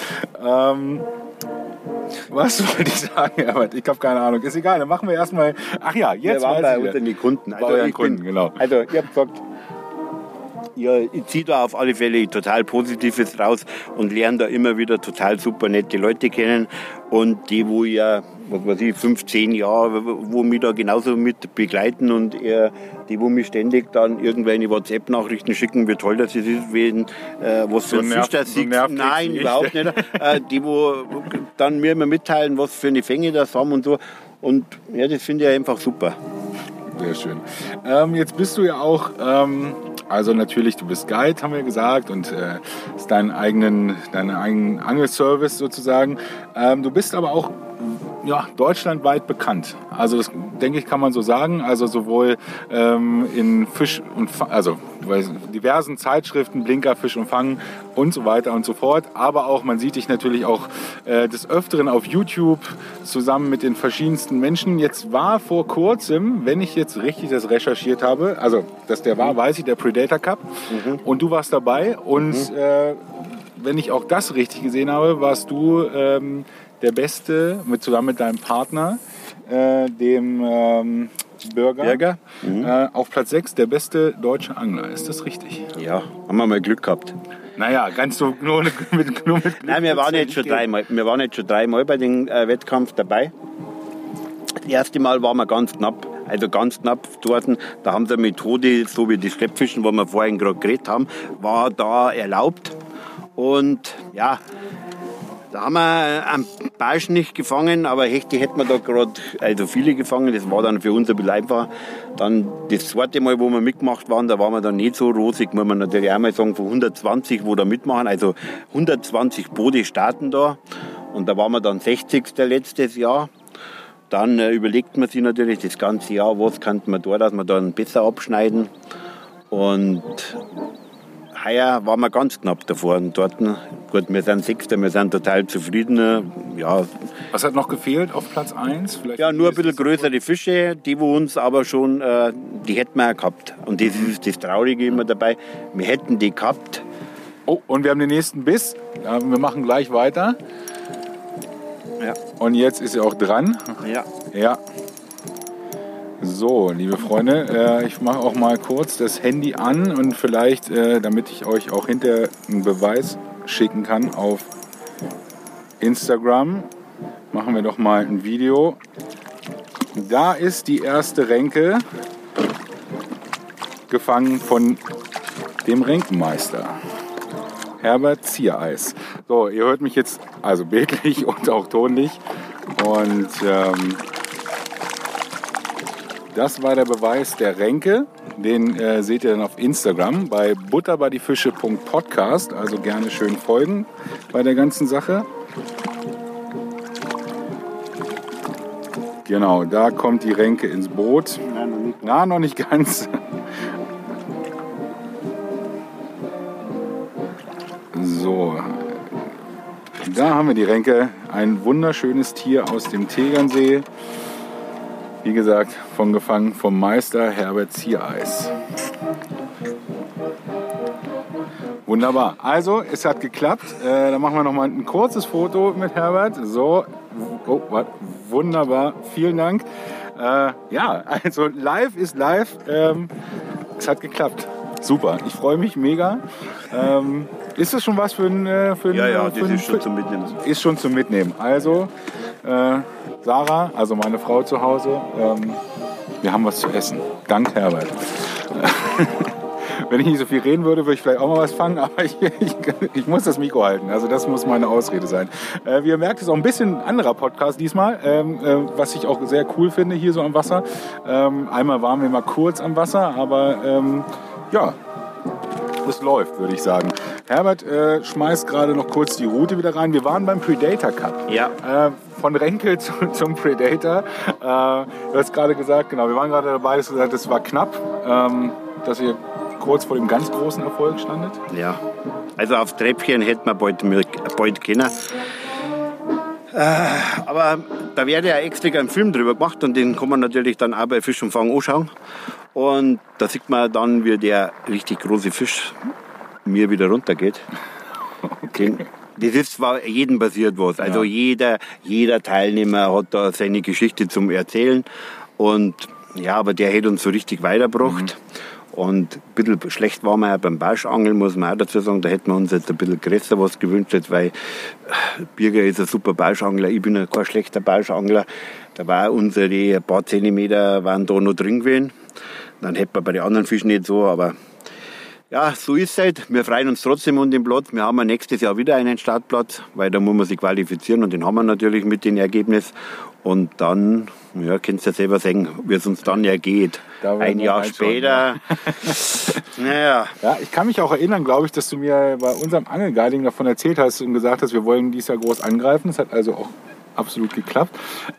Was wollte ich sagen, Herbert? Ich habe keine Ahnung. Ist egal, dann machen wir erstmal. Ach ja, jetzt waren wir unter die Kunden. Genau. Also, ich habe gesagt, ich ziehe da auf alle Fälle total Positives raus und lerne da immer wieder total super nette Leute kennen. Und die, wo ja, 15 Jahre, wo mich da genauso mit begleiten und die, wo mich ständig dann irgendwelche WhatsApp-Nachrichten schicken, wie toll das ist, was für ein Fisch das ist. Nein, überhaupt nicht. Die, wo dann mir immer mitteilen, was für eine Fänge das haben und so. Und ja, das finde ich einfach super. Sehr schön. Jetzt bist du ja auch, also natürlich, du bist Guide, haben wir gesagt, und ist deinen eigenen Angelservice sozusagen. Du bist aber auch deutschlandweit bekannt. Also das, denke ich, kann man so sagen. Also sowohl in Fisch und bei diversen Zeitschriften, Blinker, Fisch und Fang und so weiter und so fort. Aber auch, man sieht dich natürlich auch des Öfteren auf YouTube zusammen mit den verschiedensten Menschen. Jetzt war vor kurzem, wenn ich jetzt richtig das recherchiert habe, also dass der war, weiß ich, der Predator Cup. Und du warst dabei. Und wenn ich auch das richtig gesehen habe, warst du der Beste, zusammen mit deinem Partner, dem Bürger. Auf Platz 6 der beste deutsche Angler. Ist das richtig? Ja, haben wir mal Glück gehabt. Naja, ganz so nur mit Glück. Nein, wir waren jetzt schon dreimal bei dem Wettkampf dabei. Das erste Mal waren wir ganz knapp dort. Da haben sie eine Methode, so wie die Schleppfischen, wo wir vorhin gerade geredet haben, war da erlaubt. Und ja, da haben wir einen Barsch nicht gefangen, aber Hechte hätten wir da gerade viele gefangen. Das war dann für uns ein bisschen einfacher. Dann das zweite Mal, wo wir mitgemacht waren, da waren wir dann nicht so rosig, muss man natürlich einmal sagen, von 120, wo da mitmachen. Also 120 Boote starten da. Und da waren wir dann 60. letztes Jahr. Dann überlegt man sich natürlich das ganze Jahr, was kann man da, dass wir dann besser abschneiden. Und heuer waren wir ganz knapp davor. Und dort, gut, wir sind Sechster, wir sind total zufrieden. Ja. Was hat noch gefehlt auf Platz 1? Vielleicht ja, nur ein bisschen größere Fische, die wo uns aber schon, die hätten wir auch gehabt. Und das ist das Traurige immer dabei, wir hätten die gehabt. Oh, und wir haben den nächsten Biss. Ja, wir machen gleich weiter. Ja. Und jetzt ist er auch dran. Ja. So, liebe Freunde, ich mache auch mal kurz das Handy an und vielleicht, damit ich euch auch hinterher einen Beweis schicken kann auf Instagram, machen wir doch mal ein Video. Da ist die erste Renke gefangen von dem Renkenmeister, Herbert Ziereis. So, ihr hört mich jetzt also bildlich und auch tonlich und das war der Beweis der Renke. Den seht ihr dann auf Instagram bei butterbadifische.podcast. Also gerne schön folgen bei der ganzen Sache. Genau, da kommt die Renke ins Boot. Na, noch nicht ganz. So, da haben wir die Renke. Ein wunderschönes Tier aus dem Tegernsee. Wie gesagt, gefangen vom Meister Herbert Ziereis. Wunderbar. Also, es hat geklappt. Dann machen wir noch mal ein kurzes Foto mit Herbert. So, wunderbar. Vielen Dank. Ja, also live ist live. Es hat geklappt. Super. Ich freue mich mega. Ist das schon was für ein... Ja, das ist schon zum Mitnehmen. Ist schon zum Mitnehmen. Also, Sarah, also meine Frau zu Hause, wir haben was zu essen. Dank Herbert. Wenn ich nicht so viel reden würde, würde ich vielleicht auch mal was fangen, aber ich muss das Mikro halten. Also das muss meine Ausrede sein. Wie ihr merkt, ist auch ein bisschen ein anderer Podcast diesmal, was ich auch sehr cool finde hier so am Wasser. Einmal waren wir mal kurz am Wasser, aber ja, es läuft, würde ich sagen. Herbert schmeißt gerade noch kurz die Route wieder rein. Wir waren beim Predator Cup. Ja. Von Renke zum Predator. Du hast gerade gesagt, genau, wir waren gerade dabei, dass du gesagt hast, es war knapp, dass ihr kurz vor dem ganz großen Erfolg standet. Ja, also auf Treppchen hätten wir bald können. Aber da werde ja extra ein Film drüber gemacht und den kann man natürlich dann auch bei Fisch und Fang anschauen. Und da sieht man dann, wie der richtig große Fisch mir wieder runtergeht. Okay. Das ist zwar jedem passiert was. Also jeder Teilnehmer hat da seine Geschichte zum Erzählen. Und ja, aber der hat uns so richtig weitergebracht. Und ein bisschen schlecht waren wir ja beim Bauschangeln, muss man auch dazu sagen. Da hätten wir uns jetzt ein bisschen größer was gewünscht, weil Birger ist ein super Bauschangler, ich bin kein schlechter Bauschangler. Da war unsere ein paar Zentimeter waren da noch drin gewesen. Dann hätten wir bei den anderen Fischen nicht so, aber ja, so ist es halt. Wir freuen uns trotzdem um den Platz. Wir haben ja nächstes Jahr wieder einen Startplatz, weil da muss man sich qualifizieren und den haben wir natürlich mit dem Ergebnis. Und dann, ja, könnt ihr ja selber sehen, wie es uns dann ergeht. Ein Jahr später. Naja. Ja, ich kann mich auch erinnern, glaube ich, dass du mir bei unserem Angelguiding davon erzählt hast und gesagt hast, wir wollen dieses Jahr groß angreifen. Das hat also auch absolut geklappt.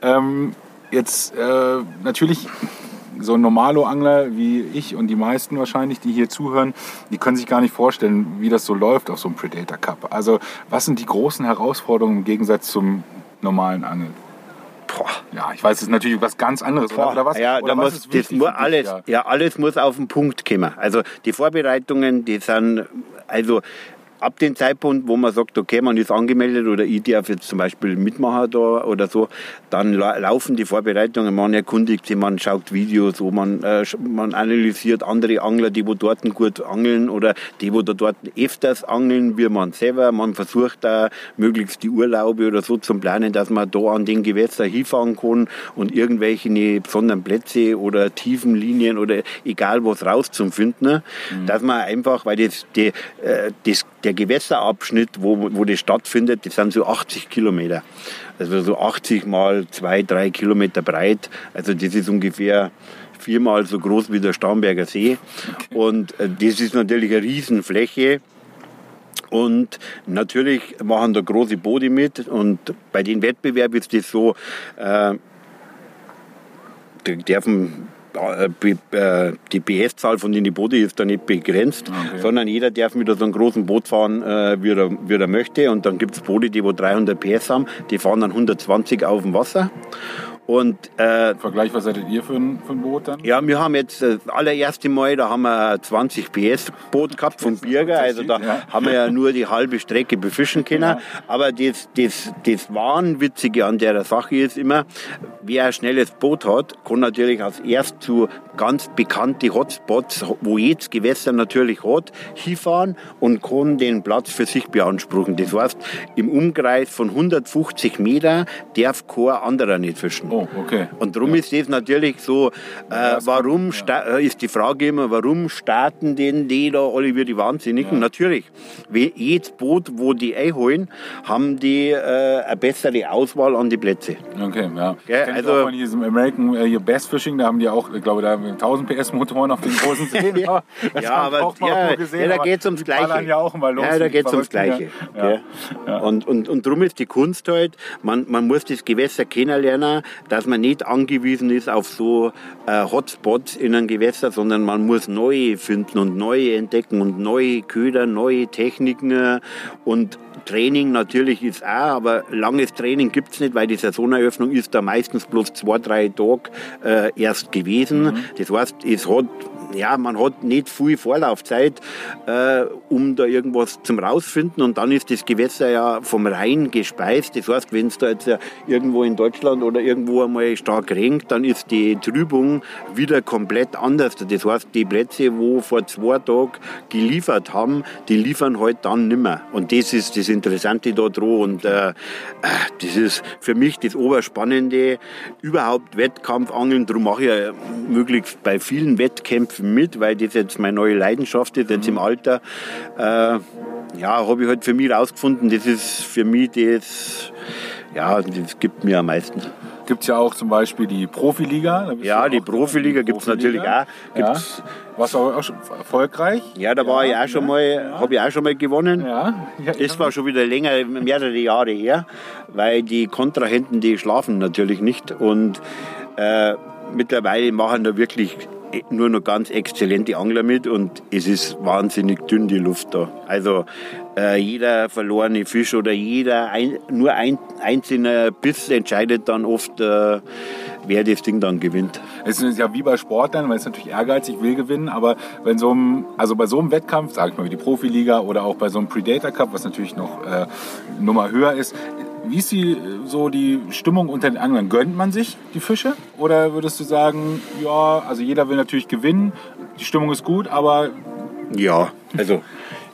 Jetzt natürlich... So ein Normalo-Angler wie ich und die meisten wahrscheinlich, die hier zuhören, die können sich gar nicht vorstellen, wie das so läuft auf so einem Predator Cup. Also was sind die großen Herausforderungen im Gegensatz zum normalen Angeln? Ja, ich weiß, es ist natürlich was ganz anderes. Oder was? Ja, oder was ist wichtig für dich? Alles muss auf den Punkt kommen. Also die Vorbereitungen, die sind, also ab dem Zeitpunkt, wo man sagt, okay, man ist angemeldet oder ich darf jetzt zum Beispiel mitmachen da oder so, dann laufen die Vorbereitungen, man erkundigt sich, man schaut Videos, man analysiert andere Angler, die wo dort gut angeln oder die wo dort öfters angeln, wie man selber. Man versucht da möglichst die Urlaube oder so zu planen, dass man da an den Gewässer hinfahren kann und irgendwelche besonderen Plätze oder Tiefenlinien oder egal was rauszufinden, ne? Dass man einfach, weil der Gewässerabschnitt, wo das stattfindet, das sind so 80 Kilometer. Also so 80 mal 2-3 Kilometer breit. Also das ist ungefähr 4-mal so groß wie der Starnberger See. Okay. Und das ist natürlich eine Riesenfläche. Und natürlich machen da große Boote mit. Und bei den Wettbewerben ist das so, die dürfen... Die PS-Zahl von den Booten ist da nicht begrenzt, sondern jeder darf mit so einem großen Boot fahren, wie er möchte. Und dann gibt es Boote, die 300 PS haben, die fahren dann 120 auf dem Wasser. Und, Vergleich, was hattet ihr für ein Boot dann? Ja, wir haben jetzt das allererste Mal, da haben wir ein 20 PS Boot gehabt von Birger, also da haben wir ja nur die halbe Strecke befischen können. Ja. Aber das Wahnwitzige an der Sache ist immer, wer ein schnelles Boot hat, kann natürlich als erst zu ganz bekannte Hotspots, wo jedes Gewässer natürlich hat, hinfahren und kann den Platz für sich beanspruchen. Das heißt, im Umkreis von 150 Meter darf kein anderer nicht fischen. Oh. Oh, okay. Und darum ist das natürlich so, ist die Frage immer, warum starten denn die da alle wie die Wahnsinnigen? Ja. Natürlich, jedes Boot, wo die einholen, haben die eine bessere Auswahl an die Plätze. Okay, ja. Also auch von diesem American Bass Fishing, da haben die auch, ich glaube, da haben 1000 PS Motoren auf den großen Seen. Ja, aber da geht es ums Gleiche. Ja, auch mal los, da geht es ums Gleiche. Ja. Ja. Und darum ist die Kunst halt, man muss das Gewässer kennenlernen, dass man nicht angewiesen ist auf so Hotspots in einem Gewässer, sondern man muss neue finden und neue entdecken und neue Köder, neue Techniken und Training natürlich ist auch, aber langes Training gibt es nicht, weil die Saisoneröffnung ist da meistens bloß 2-3 Tage erst gewesen. Das heißt, man hat nicht viel Vorlaufzeit, um da irgendwas zum rausfinden, und dann ist das Gewässer ja vom Rhein gespeist. Das heißt, wenn es da jetzt irgendwo in Deutschland oder irgendwo einmal stark regnet, dann ist die Trübung wieder komplett anders. Das heißt, die Plätze, wo vor 2 Tagen geliefert haben, die liefern halt dann nimmer. Und das ist das Interessante da dran, und das ist für mich das Oberspannende, überhaupt Wettkampfangeln. Darum mache ich ja möglichst bei vielen Wettkämpfen mit, weil das jetzt meine neue Leidenschaft ist, jetzt im Alter. Habe ich halt für mich rausgefunden, das ist für mich das gibt mir am meisten. Gibt es ja auch zum Beispiel die Profiliga. Ja, die Profiliga gibt es natürlich auch. Warst du auch schon erfolgreich? Ja, da war ich auch schon mal, habe ich auch schon mal gewonnen. Ja. Das war schon wieder mehrere Jahre her, weil die Kontrahenten, die schlafen natürlich nicht, und mittlerweile machen da wirklich nur noch ganz exzellente Angler mit, und es ist wahnsinnig dünn, die Luft da. Also jeder verlorene Fisch oder nur ein einzelner Biss entscheidet dann oft, wer das Ding dann gewinnt. Es ist ja wie bei Sportlern, weil es natürlich ehrgeizig, will gewinnen, aber bei so einem Wettkampf, sag ich mal, wie die Profiliga oder auch bei so einem Predator Cup, was natürlich noch Nummer höher ist, wie ist die Stimmung unter den Anglern? Gönnt man sich die Fische? Oder würdest du sagen, ja, also jeder will natürlich gewinnen, die Stimmung ist gut, aber... Ja, also...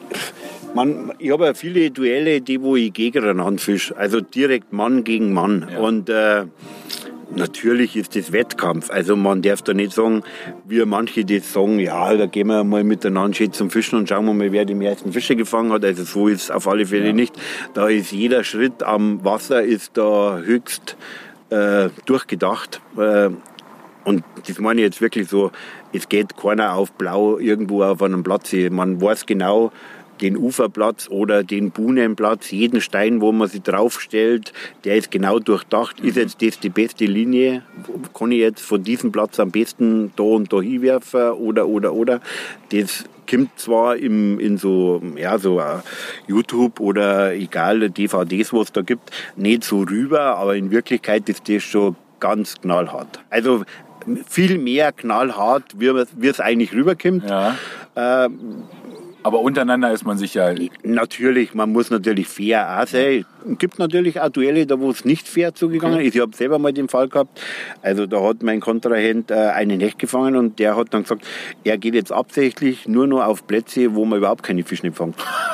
Ich habe ja viele Duelle, wo ich gegeneinander fische, also direkt Mann gegen Mann. Ja. Und natürlich ist das Wettkampf. Also man darf da nicht sagen, wie manche das sagen, ja, da gehen wir mal miteinander schön zum Fischen und schauen wir mal, wer die meisten Fische gefangen hat. Also so ist es auf alle Fälle nicht. Da ist jeder Schritt am Wasser ist da höchst durchgedacht. Und das meine ich jetzt wirklich so, es geht keiner auf blau irgendwo auf einem Platz. Man weiß genau, den Uferplatz oder den Buhnenplatz, jeden Stein, wo man sich draufstellt, der ist genau durchdacht. Ist jetzt das die beste Linie? Kann ich jetzt von diesem Platz am besten da und da hinwerfen? Oder. Das kommt zwar in so YouTube oder egal, DVDs, was es da gibt, nicht so rüber, aber in Wirklichkeit ist das schon ganz knallhart. Also viel mehr knallhart, wie es eigentlich rüberkommt. Ja. Aber untereinander ist man sich ja... Natürlich, man muss natürlich fair auch sein. Es gibt natürlich auch Duelle, da wo es nicht fair zugegangen ist. Ich habe selber mal den Fall gehabt. Also da hat mein Kontrahent einen Hecht gefangen, und der hat dann gesagt, er geht jetzt absichtlich nur noch auf Plätze, wo man überhaupt keine Fische fängt.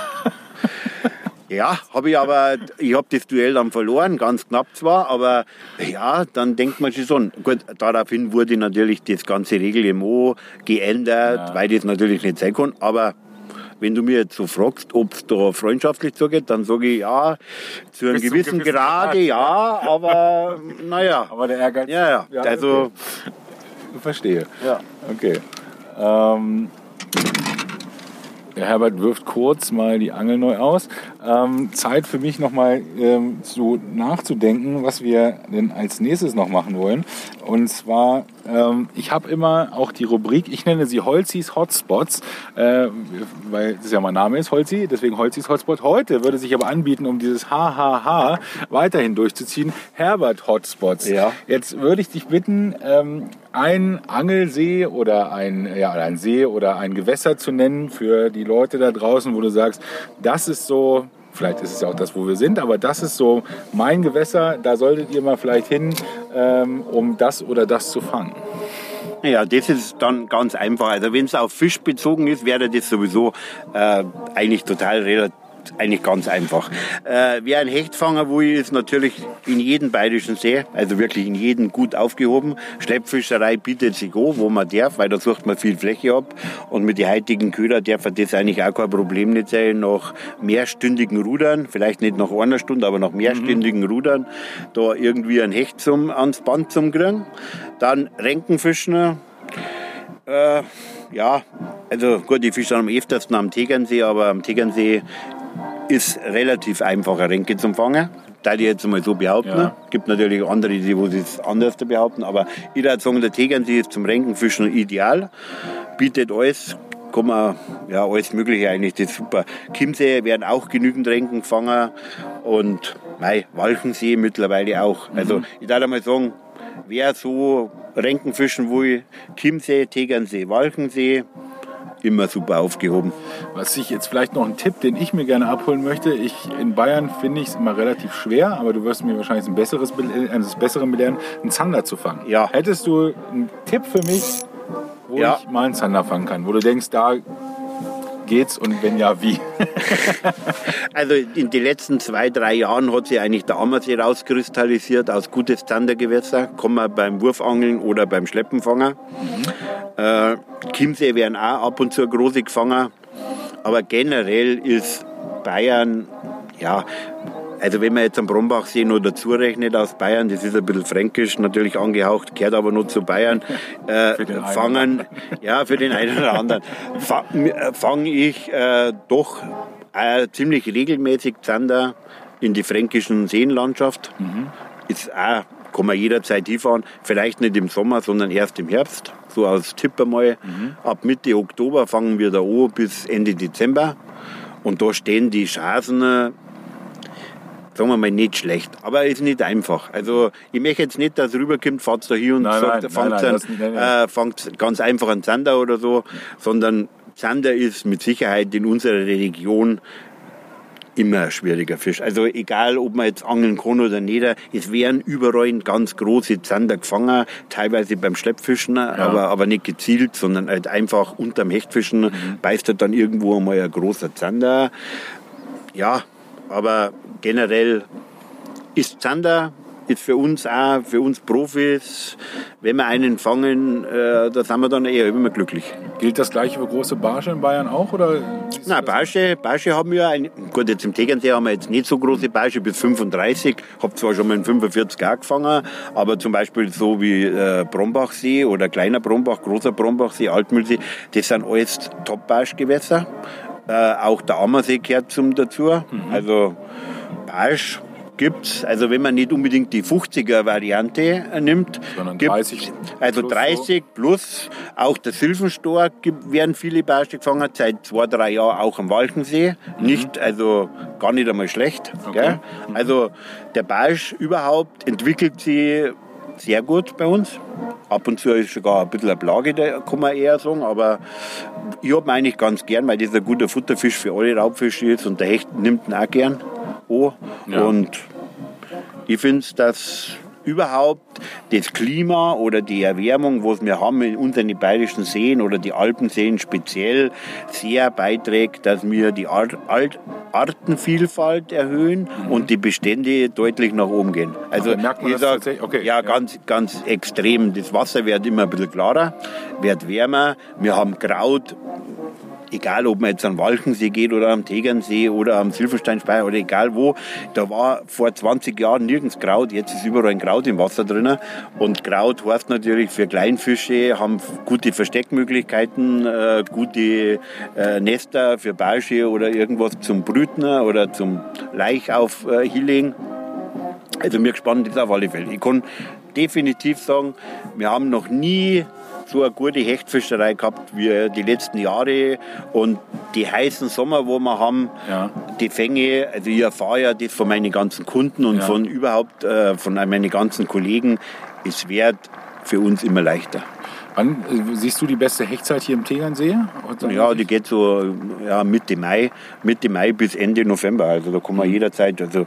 Ja, ich habe das Duell dann verloren, ganz knapp zwar, aber ja, dann denkt man sich so, gut, daraufhin wurde natürlich das ganze Reglement geändert, weil das natürlich nicht sein kann, aber wenn du mir jetzt so fragst, ob es da freundschaftlich zugeht, dann sage ich ja, zu einem gewissen Grade, ja, aber naja. Aber der Ehrgeiz... Ja, also... Okay. Verstehe. Ja. Okay. Der Herbert wirft kurz mal die Angel neu aus. Zeit für mich nochmal nachzudenken, was wir denn als nächstes noch machen wollen. Und zwar, ich habe immer auch die Rubrik, ich nenne sie Holzis Hotspots, weil das ja mein Name ist, Holzi, deswegen Holzis Hotspot. Heute würde sich aber anbieten, um dieses HHH weiterhin durchzuziehen, Herbert Hotspots. Ja. Jetzt würde ich dich bitten, ein Angelsee oder ein See oder ein Gewässer zu nennen für die Leute da draußen, wo du sagst, das ist so, vielleicht ist es ja auch das, wo wir sind, aber das ist so mein Gewässer, da solltet ihr mal vielleicht hin, um das oder das zu fangen. Ja, das ist dann ganz einfach. Also wenn es auf Fisch bezogen ist, wäre das sowieso eigentlich total eigentlich ganz einfach. Wer ein Hecht fangen will, ist natürlich in jedem bayerischen See, also wirklich in jedem gut aufgehoben. Schleppfischerei bietet sich an, wo man darf, weil da sucht man viel Fläche ab. Und mit den heutigen Köder darf das eigentlich auch kein Problem nicht sein. Nach mehrstündigen Rudern, vielleicht nicht nach einer Stunde, aber nach mehrstündigen Rudern, da irgendwie ein Hecht ans Band zum kriegen. Dann Renkenfischen. Ja, also gut, die Fische am öftersten am Tegernsee, aber am Tegernsee ist relativ einfach, eine Renke zum Fangen. Da ich jetzt mal so behaupten. Ja. Gibt natürlich andere, die es anders behaupten, aber ich würde sagen, der Tegernsee ist zum Renkenfischen ideal. Bietet alles, kann man, ja, alles Mögliche eigentlich, das ist super. Chiemsee werden auch genügend Renken gefangen und Walchensee mittlerweile auch. Also ich würde mal sagen, wer so Renkenfischen will, Chiemsee, Tegernsee, Walchensee, immer super aufgehoben. Was ich jetzt vielleicht noch einen Tipp, den ich mir gerne abholen möchte. In Bayern finde ich es immer relativ schwer, aber du wirst mir wahrscheinlich eines Besseren belehren, einen Zander zu fangen. Ja. Hättest du einen Tipp für mich, wo ich mal einen Zander fangen kann, wo du denkst, da geht's und wenn ja, wie? Also in den letzten 2-3 Jahren hat sich eigentlich der Ammersee rauskristallisiert als gutes Zandergewässer. Kann man beim Wurfangeln oder beim Schleppen fangen. Chiemsee werden auch ab und zu große gefangen. Aber generell ist Bayern, ja, also wenn man jetzt am Brombachsee noch dazu rechnet aus Bayern, das ist ein bisschen fränkisch natürlich angehaucht, gehört aber noch zu Bayern, für den einen oder anderen, fange ich doch ziemlich regelmäßig Zander in die fränkischen Seenlandschaft. Ist auch, kann man jederzeit hinfahren, vielleicht nicht im Sommer, sondern erst im Herbst. So als Tipp einmal, ab Mitte Oktober fangen wir da an bis Ende Dezember. Und da stehen die Chancen, sagen wir mal, nicht schlecht. Aber ist nicht einfach. Also ich möchte jetzt nicht, dass rüberkommt, fahrt da hier und fangt ganz einfach einen Zander oder so, sondern Zander ist mit Sicherheit in unserer Region immer ein schwieriger Fisch. Also egal, ob man jetzt angeln kann oder nicht, es werden überall ganz große Zander gefangen, teilweise beim Schleppfischen, aber nicht gezielt, sondern halt einfach unterm Hechtfischen beißt halt dann irgendwo einmal ein großer Zander. Ja, aber generell ist Zander für uns Profis, wenn wir einen fangen, da sind wir dann eher immer glücklich. Gilt das gleiche für große Barsche in Bayern auch? Oder nein, Barsche haben wir, gut, jetzt im Tegernsee haben wir jetzt nicht so große Barsche, bis 35, habe zwar schon mal in 45 auch gefangen, aber zum Beispiel so wie Brombachsee oder kleiner Brombach, großer Brombachsee, Altmühlsee, das sind alles Top-Barschgewässer. Auch der Ammersee gehört dazu. Also Barsch gibt's, also wenn man nicht unbedingt die 50er-Variante nimmt, sondern 30 also 30 plus, auch der Silfenstor werden viele Barsche gefangen, seit 2-3 Jahren auch am Walchensee, nicht, also gar nicht einmal schlecht. Okay. Also der Barsch überhaupt entwickelt sich sehr gut bei uns. Ab und zu ist sogar ein bisschen eine Plage, kann man eher sagen, aber ich habe ihn eigentlich ganz gern, weil das ein guter Futterfisch für alle Raubfische ist und der Hecht nimmt ihn auch gern an. Ja. Und ich finde, dass überhaupt das Klima oder die Erwärmung, was wir haben in unseren bayerischen Seen oder die Alpenseen speziell, sehr beiträgt, dass wir die Artenvielfalt erhöhen und die Bestände deutlich nach oben gehen. Also merkt man ich sage, ganz extrem. Das Wasser wird immer ein bisschen klarer, wird wärmer. Wir haben Kraut. Egal, ob man jetzt am Walchensee geht oder am Tegernsee oder am Silfensteinspeicher oder egal wo, da war vor 20 Jahren nirgends Kraut, jetzt ist überall ein Kraut im Wasser drin. Und Kraut heißt natürlich für Kleinfische, haben gute Versteckmöglichkeiten, gute Nester für Barsche oder irgendwas zum Brüten oder zum Laich auf hinlegen. Also mir gespannt ist auf alle Fälle. Ich kann definitiv sagen, wir haben noch nie so eine gute Hechtfischerei gehabt wie die letzten Jahre und die heißen Sommer, wo wir haben, die Fänge, also ich erfahre ja das von meinen ganzen Kunden und von überhaupt von meinen ganzen Kollegen, es wird für uns immer leichter. Wann siehst du die beste Hechtzeit hier im Tegernsee? Ja, die geht so Mitte Mai bis Ende November. Also da kann man jederzeit, also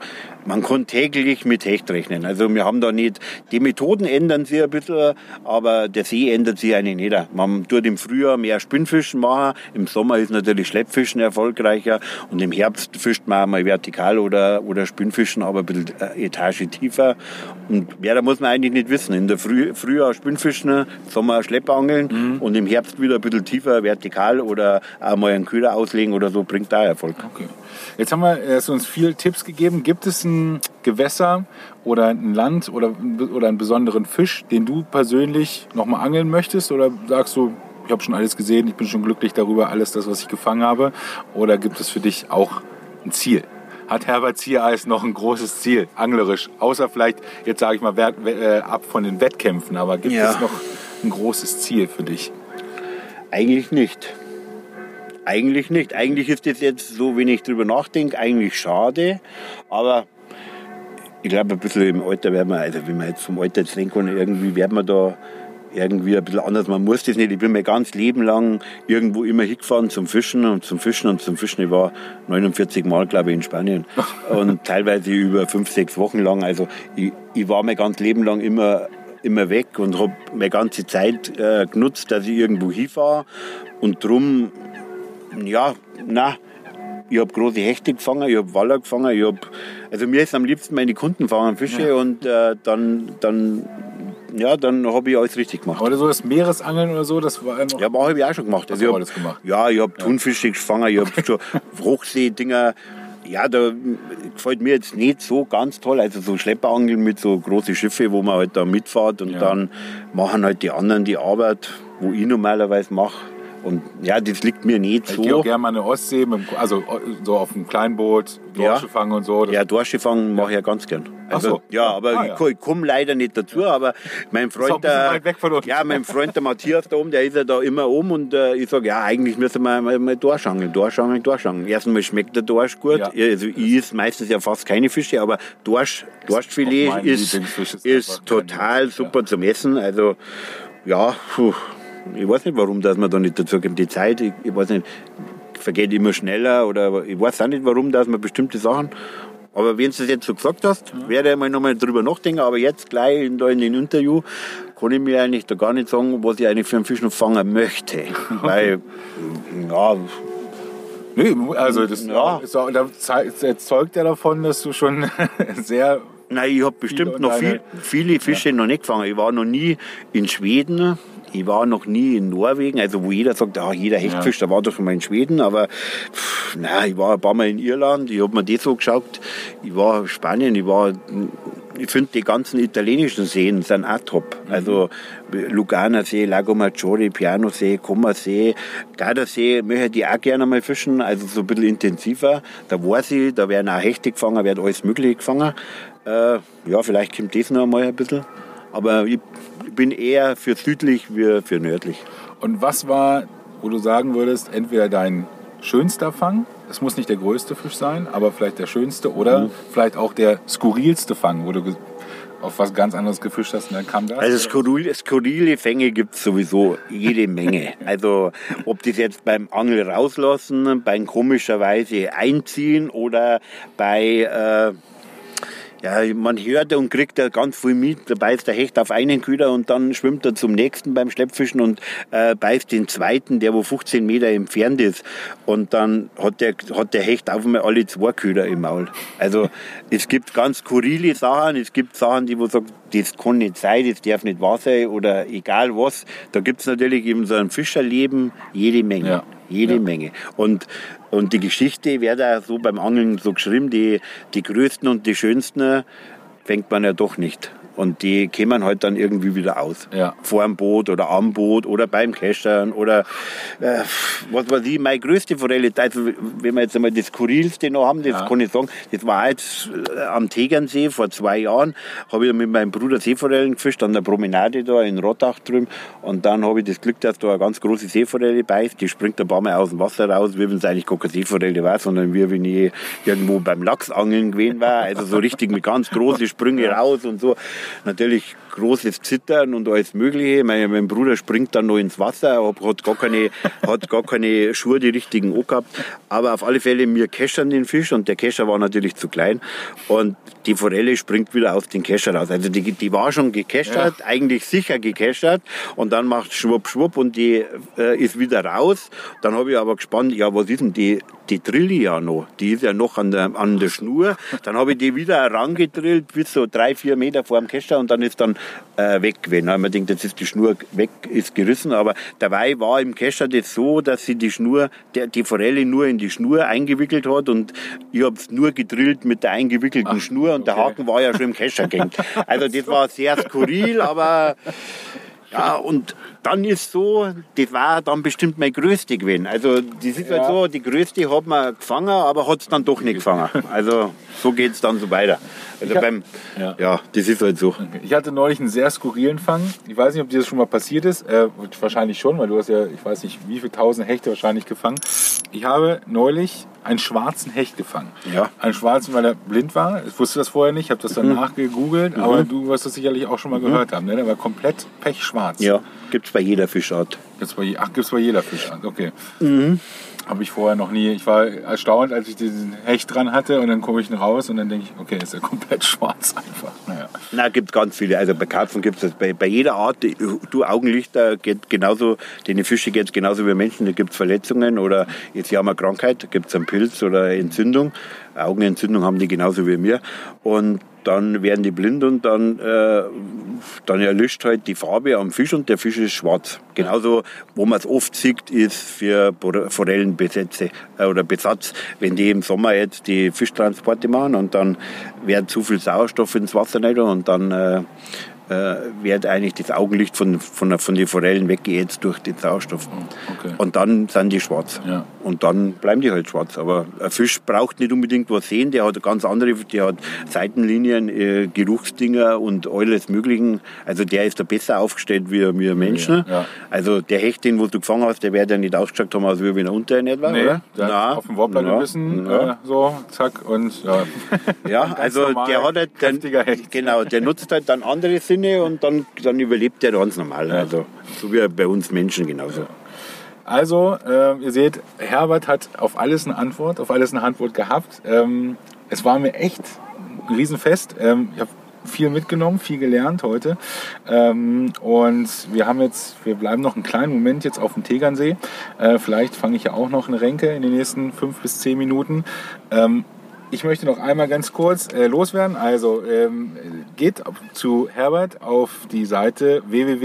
man kann täglich mit Hecht rechnen. Also wir haben da nicht, die Methoden ändern sich ein bisschen, aber der See ändert sich eigentlich nicht. Man tut im Frühjahr mehr Spinnfischen machen, im Sommer ist natürlich Schleppfischen erfolgreicher und im Herbst fischt man mal vertikal oder Spinnfischen, aber ein bisschen Etage tiefer. Und mehr, da muss man eigentlich nicht wissen. In der Frühjahr Spinnfischen, Sommer Schleppangeln und im Herbst wieder ein bisschen tiefer vertikal oder auch mal einen Köder auslegen oder so, bringt da Erfolg. Okay. Jetzt haben wir uns viele Tipps gegeben. Gibt es ein Gewässer oder ein Land oder einen besonderen Fisch, den du persönlich nochmal angeln möchtest? Oder sagst du, ich habe schon alles gesehen, ich bin schon glücklich darüber, alles das, was ich gefangen habe? Oder gibt es für dich auch ein Ziel? Hat Herbert Ziereis noch ein großes Ziel, anglerisch? Außer vielleicht, jetzt sage ich mal, ab von den Wettkämpfen. Aber gibt es noch ein großes Ziel für dich? Eigentlich nicht. Eigentlich nicht. Eigentlich ist das jetzt so, wenn ich drüber nachdenke, eigentlich schade. Aber ich glaube, ein bisschen im Alter werden wir, also wenn man jetzt vom Alter jetzt denken kann, irgendwie werden wir da irgendwie ein bisschen anders. Man muss das nicht. Ich bin mein ganzes Leben lang irgendwo immer hingefahren zum Fischen und zum Fischen und zum Fischen. Ich war 49 Mal, glaube ich, in Spanien. Und teilweise über 5-6 Wochen lang. Also ich war mein ganzes Leben lang immer weg und habe meine ganze Zeit genutzt, dass ich irgendwo hinfahre. Und drum, ich habe große Hechte gefangen, ich habe Waller gefangen, also mir ist am liebsten meine Kunden fangen Fische und dann habe ich alles richtig gemacht. Oder so das Meeresangeln oder so, das war noch... Ja, habe ich auch schon gemacht. Also alles gemacht? Ja, ich habe Thunfische gefangen, ich habe schon Hochseedinger. Ja, da gefällt mir jetzt nicht so ganz toll. Also so Schlepperangeln mit so großen Schiffen, wo man halt da mitfährt und dann machen halt die anderen die Arbeit, wo ich normalerweise mache. Und ja, das liegt mir nicht so. Ich gehe auch gerne mal in die Ostsee, also so auf einem Kleinboot, Dorsche fangen und so. Ja, Dorsche fangen mache ich ja ganz gern. Also, so. Ja, aber ich komme leider nicht dazu. Aber mein Freund, mein Freund der Matthias da oben, der ist ja da immer oben und ich sage, ja, eigentlich müssen wir mal Dorschangeln. Erstmal schmeckt der Dorsch gut. Ja. Also ich esse meistens ja fast keine Fische, aber Dorschfilet ist total super zum Essen. Also ja, ich weiß nicht, warum dass man da nicht dazu kommt. Die Zeit, ich weiß nicht, vergeht immer schneller oder ich weiß auch nicht, warum dass man bestimmte Sachen. Aber wenn du es jetzt so gesagt hast, werde ich mal nochmal drüber nachdenken. Aber jetzt gleich in dem Interview kann ich mir eigentlich da gar nicht sagen, was ich eigentlich für einen Fisch noch fangen möchte. Weil, Nee, also das zeugt ja davon, dass du schon sehr... Nein, ich habe bestimmt noch viele Fische noch nicht gefangen. Ich war noch nie in Schweden. Ich war noch nie in Norwegen, also wo jeder sagt, jeder Hechtfisch, da war doch schon mal in Schweden, aber ich war ein paar Mal in Irland, ich habe mir das so geschaut, ich war in Spanien, ich finde die ganzen italienischen Seen sind auch top. Also Luganersee, Lago Maggiore, Pianosee, Comersee, Gardasee möchte ich auch gerne mal fischen, also so ein bisschen intensiver. Da weiß ich, da werden auch Hechte gefangen, wird alles Mögliche gefangen. Vielleicht kommt das noch einmal ein bisschen. Aber ich bin eher für südlich wie für nördlich. Und was war, wo du sagen würdest, entweder dein schönster Fang, es muss nicht der größte Fisch sein, aber vielleicht der schönste oder vielleicht auch der skurrilste Fang, wo du auf was ganz anderes gefischt hast und dann kam das? Also skurrile Fänge gibt es sowieso jede Menge. Also ob das jetzt beim Angel rauslassen, beim komischerweise einziehen oder bei... man hört und kriegt ja ganz viel mit. Da beißt der Hecht auf einen Köder und dann schwimmt er zum nächsten beim Schleppfischen und beißt den zweiten, der wo 15 Meter entfernt ist. Und dann hat der Hecht auf einmal alle 2 Köder im Maul. Also es gibt ganz skurrile Sachen. Es gibt Sachen, die wo sagen, das kann nicht sein, das darf nicht wahr sein oder egal was. Da gibt es natürlich in so einem Fischerleben jede Menge. Ja. Jede Menge. Und die Geschichte wird auch so beim Angeln so geschrieben, die größten und die schönsten fängt man ja doch nicht. Und die kämen halt dann irgendwie wieder aus. Ja. Vor dem Boot oder am Boot oder beim Keschern oder was weiß ich. Meine größte Forelle, also wenn wir jetzt einmal das Skurrilste noch haben, das kann ich sagen, das war jetzt am Tegernsee vor 2 Jahren, habe ich mit meinem Bruder Seeforellen gefischt, an der Promenade da in Rottach drüben. Und dann habe ich das Glück, dass da eine ganz große Seeforelle beißt. Die springt ein paar Mal aus dem Wasser raus, wie wenn es eigentlich gar keine Seeforelle war, sondern wie wenn ich irgendwo beim Lachsangeln gewesen war. Also so richtig mit ganz großen Sprüngen raus und so. natürlich großes Zittern und alles Mögliche. Mein Bruder springt dann noch ins Wasser, hat gar keine Schuhe, die richtigen angehabt. Aber auf alle Fälle, wir keschern den Fisch und der Kescher war natürlich zu klein und die Forelle springt wieder aus den Kescher raus. Also die war schon gekeschert, eigentlich sicher gekeschert und dann macht schwupp, schwupp und die ist wieder raus. Dann habe ich aber gespannt, ja, was ist denn die drillt ja noch. Die ist ja noch an der Schnur. Dann habe ich die wieder herangedrillt bis so 3-4 Meter vor dem Kescher und dann ist dann weg gewesen. Ich denke, jetzt ist die Schnur weg, ist gerissen. Aber dabei war im Kescher das so, dass sie die Forelle nur in die Schnur eingewickelt hat und ich habe es nur gedrillt mit der eingewickelten Schnur und der Haken war ja schon im Kescher gehängt. Also das war sehr skurril, aber ja, und dann ist so, das war dann bestimmt mein größte gewesen. Also das ist halt so, die größte hat man gefangen, aber hat es dann doch nicht gefangen. Also so geht es dann so weiter. Also das ist halt so. Ich hatte neulich einen sehr skurrilen Fang. Ich weiß nicht, ob dir das schon mal passiert ist. Wahrscheinlich schon, weil du hast ja, ich weiß nicht, wie viele tausend Hechte wahrscheinlich gefangen. Ich habe neulich einen schwarzen Hecht gefangen. Ja. Einen schwarzen, weil er blind war. Ich wusste das vorher nicht, ich habe das dann nachgegoogelt, aber du wirst das sicherlich auch schon mal gehört haben. Ne? Der war komplett pechschwarz. Ja, gibt es bei jeder Fischart. Gibt's bei jeder Fischart, okay. Habe ich vorher noch nie. Ich war erstaunt, als ich diesen Hecht dran hatte und dann komme ich raus und dann denke ich, okay, ist ja komplett schwarz einfach. Naja. Na, gibt ganz viele. Also bei Karpfen gibt es das. Bei jeder Art, du Augenlichter geht genauso, den Fische geht es genauso wie Menschen. Da gibt es Verletzungen oder jetzt haben wir Krankheit, da gibt es einen Pilz oder Entzündung. Augenentzündung haben die genauso wie wir. Und dann werden die blind und dann erlischt halt die Farbe am Fisch und der Fisch ist schwarz. Genauso, wo man es oft sieht, ist für Forellenbesätze oder Besatz, wenn die im Sommer jetzt die Fischtransporte machen und dann wird zu viel Sauerstoff ins Wasser rein und dann wird eigentlich das Augenlicht von den Forellen weggeätzt durch den Sauerstoff. Okay. Und dann sind die schwarz. Ja. Und dann bleiben die halt schwarz. Aber ein Fisch braucht nicht unbedingt was sehen, der hat ganz andere, der hat Seitenlinien, Geruchsdinger und alles Möglichen. Also der ist da besser aufgestellt wie wir Menschen. Ja. Also der Hecht, den du gefangen hast, der wird ja nicht ausgeschaut haben, als wenn er unter nicht war, oder? Der hat auf dem Wobbler gebissen, so, zack, und ja, also der hat halt dann, genau, der nutzt halt dann andere Sinne und dann überlebt der ganz normal. Ja. Also so wie bei uns Menschen genauso. Ja. Also, ihr seht, Herbert hat auf alles eine Antwort gehabt. Es war mir echt ein Riesenfest. Ich habe viel mitgenommen, viel gelernt heute. Und wir bleiben noch einen kleinen Moment jetzt auf dem Tegernsee. Vielleicht fange ich ja auch noch eine Renke in den nächsten 5 bis 10 Minuten. Ich möchte noch einmal ganz kurz loswerden. Also geht zu Herbert auf die Seite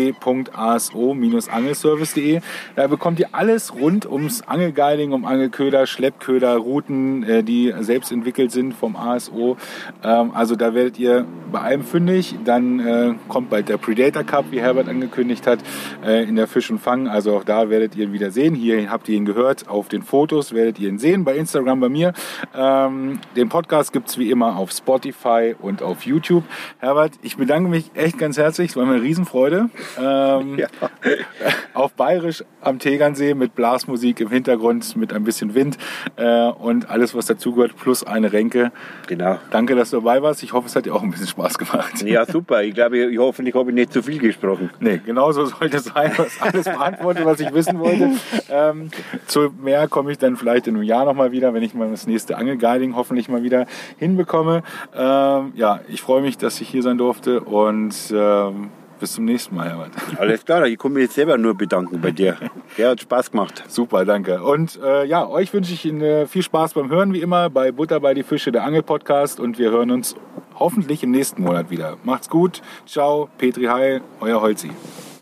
www.aso-angelservice.de. Da bekommt ihr alles rund ums Angelguiding, um Angelköder, Schleppköder, Routen, die selbst entwickelt sind vom ASO. Also da werdet ihr bei allem fündig. Dann kommt bald der Predator Cup, wie Herbert angekündigt hat, in der Fisch und Fang. Also auch da werdet ihr ihn wieder sehen. Hier habt ihr ihn gehört. Auf den Fotos werdet ihr ihn sehen. Bei Instagram bei mir. Den Podcast gibt es wie immer auf Spotify und auf YouTube. Herbert, ich bedanke mich echt ganz herzlich. Es war mir eine Riesenfreude. Auf Bayerisch am Tegernsee mit Blasmusik im Hintergrund, mit ein bisschen Wind und alles, was dazugehört, plus eine Renke. Genau. Danke, dass du dabei warst. Ich hoffe, es hat dir auch ein bisschen Spaß gemacht. Ja, super. Ich glaube, hoffentlich habe ich nicht zu viel gesprochen. Nee, genau so sollte es sein. Das alles beantwortet, was ich wissen wollte. Zu mehr komme ich dann vielleicht in einem Jahr nochmal wieder, wenn ich mal das nächste Angelguiding hoffentlich mal wieder hinbekomme. Ich freue mich, dass ich hier sein durfte und bis zum nächsten Mal, Herbert. Alles klar, ich komme mich jetzt selber nur bedanken bei dir. Ja, hat Spaß gemacht. Super, danke. Und euch wünsche ich viel Spaß beim Hören, wie immer, bei Butter bei die Fische, der Angel-Podcast, und wir hören uns hoffentlich im nächsten Monat wieder. Macht's gut, ciao, Petri Heil, euer Holzi.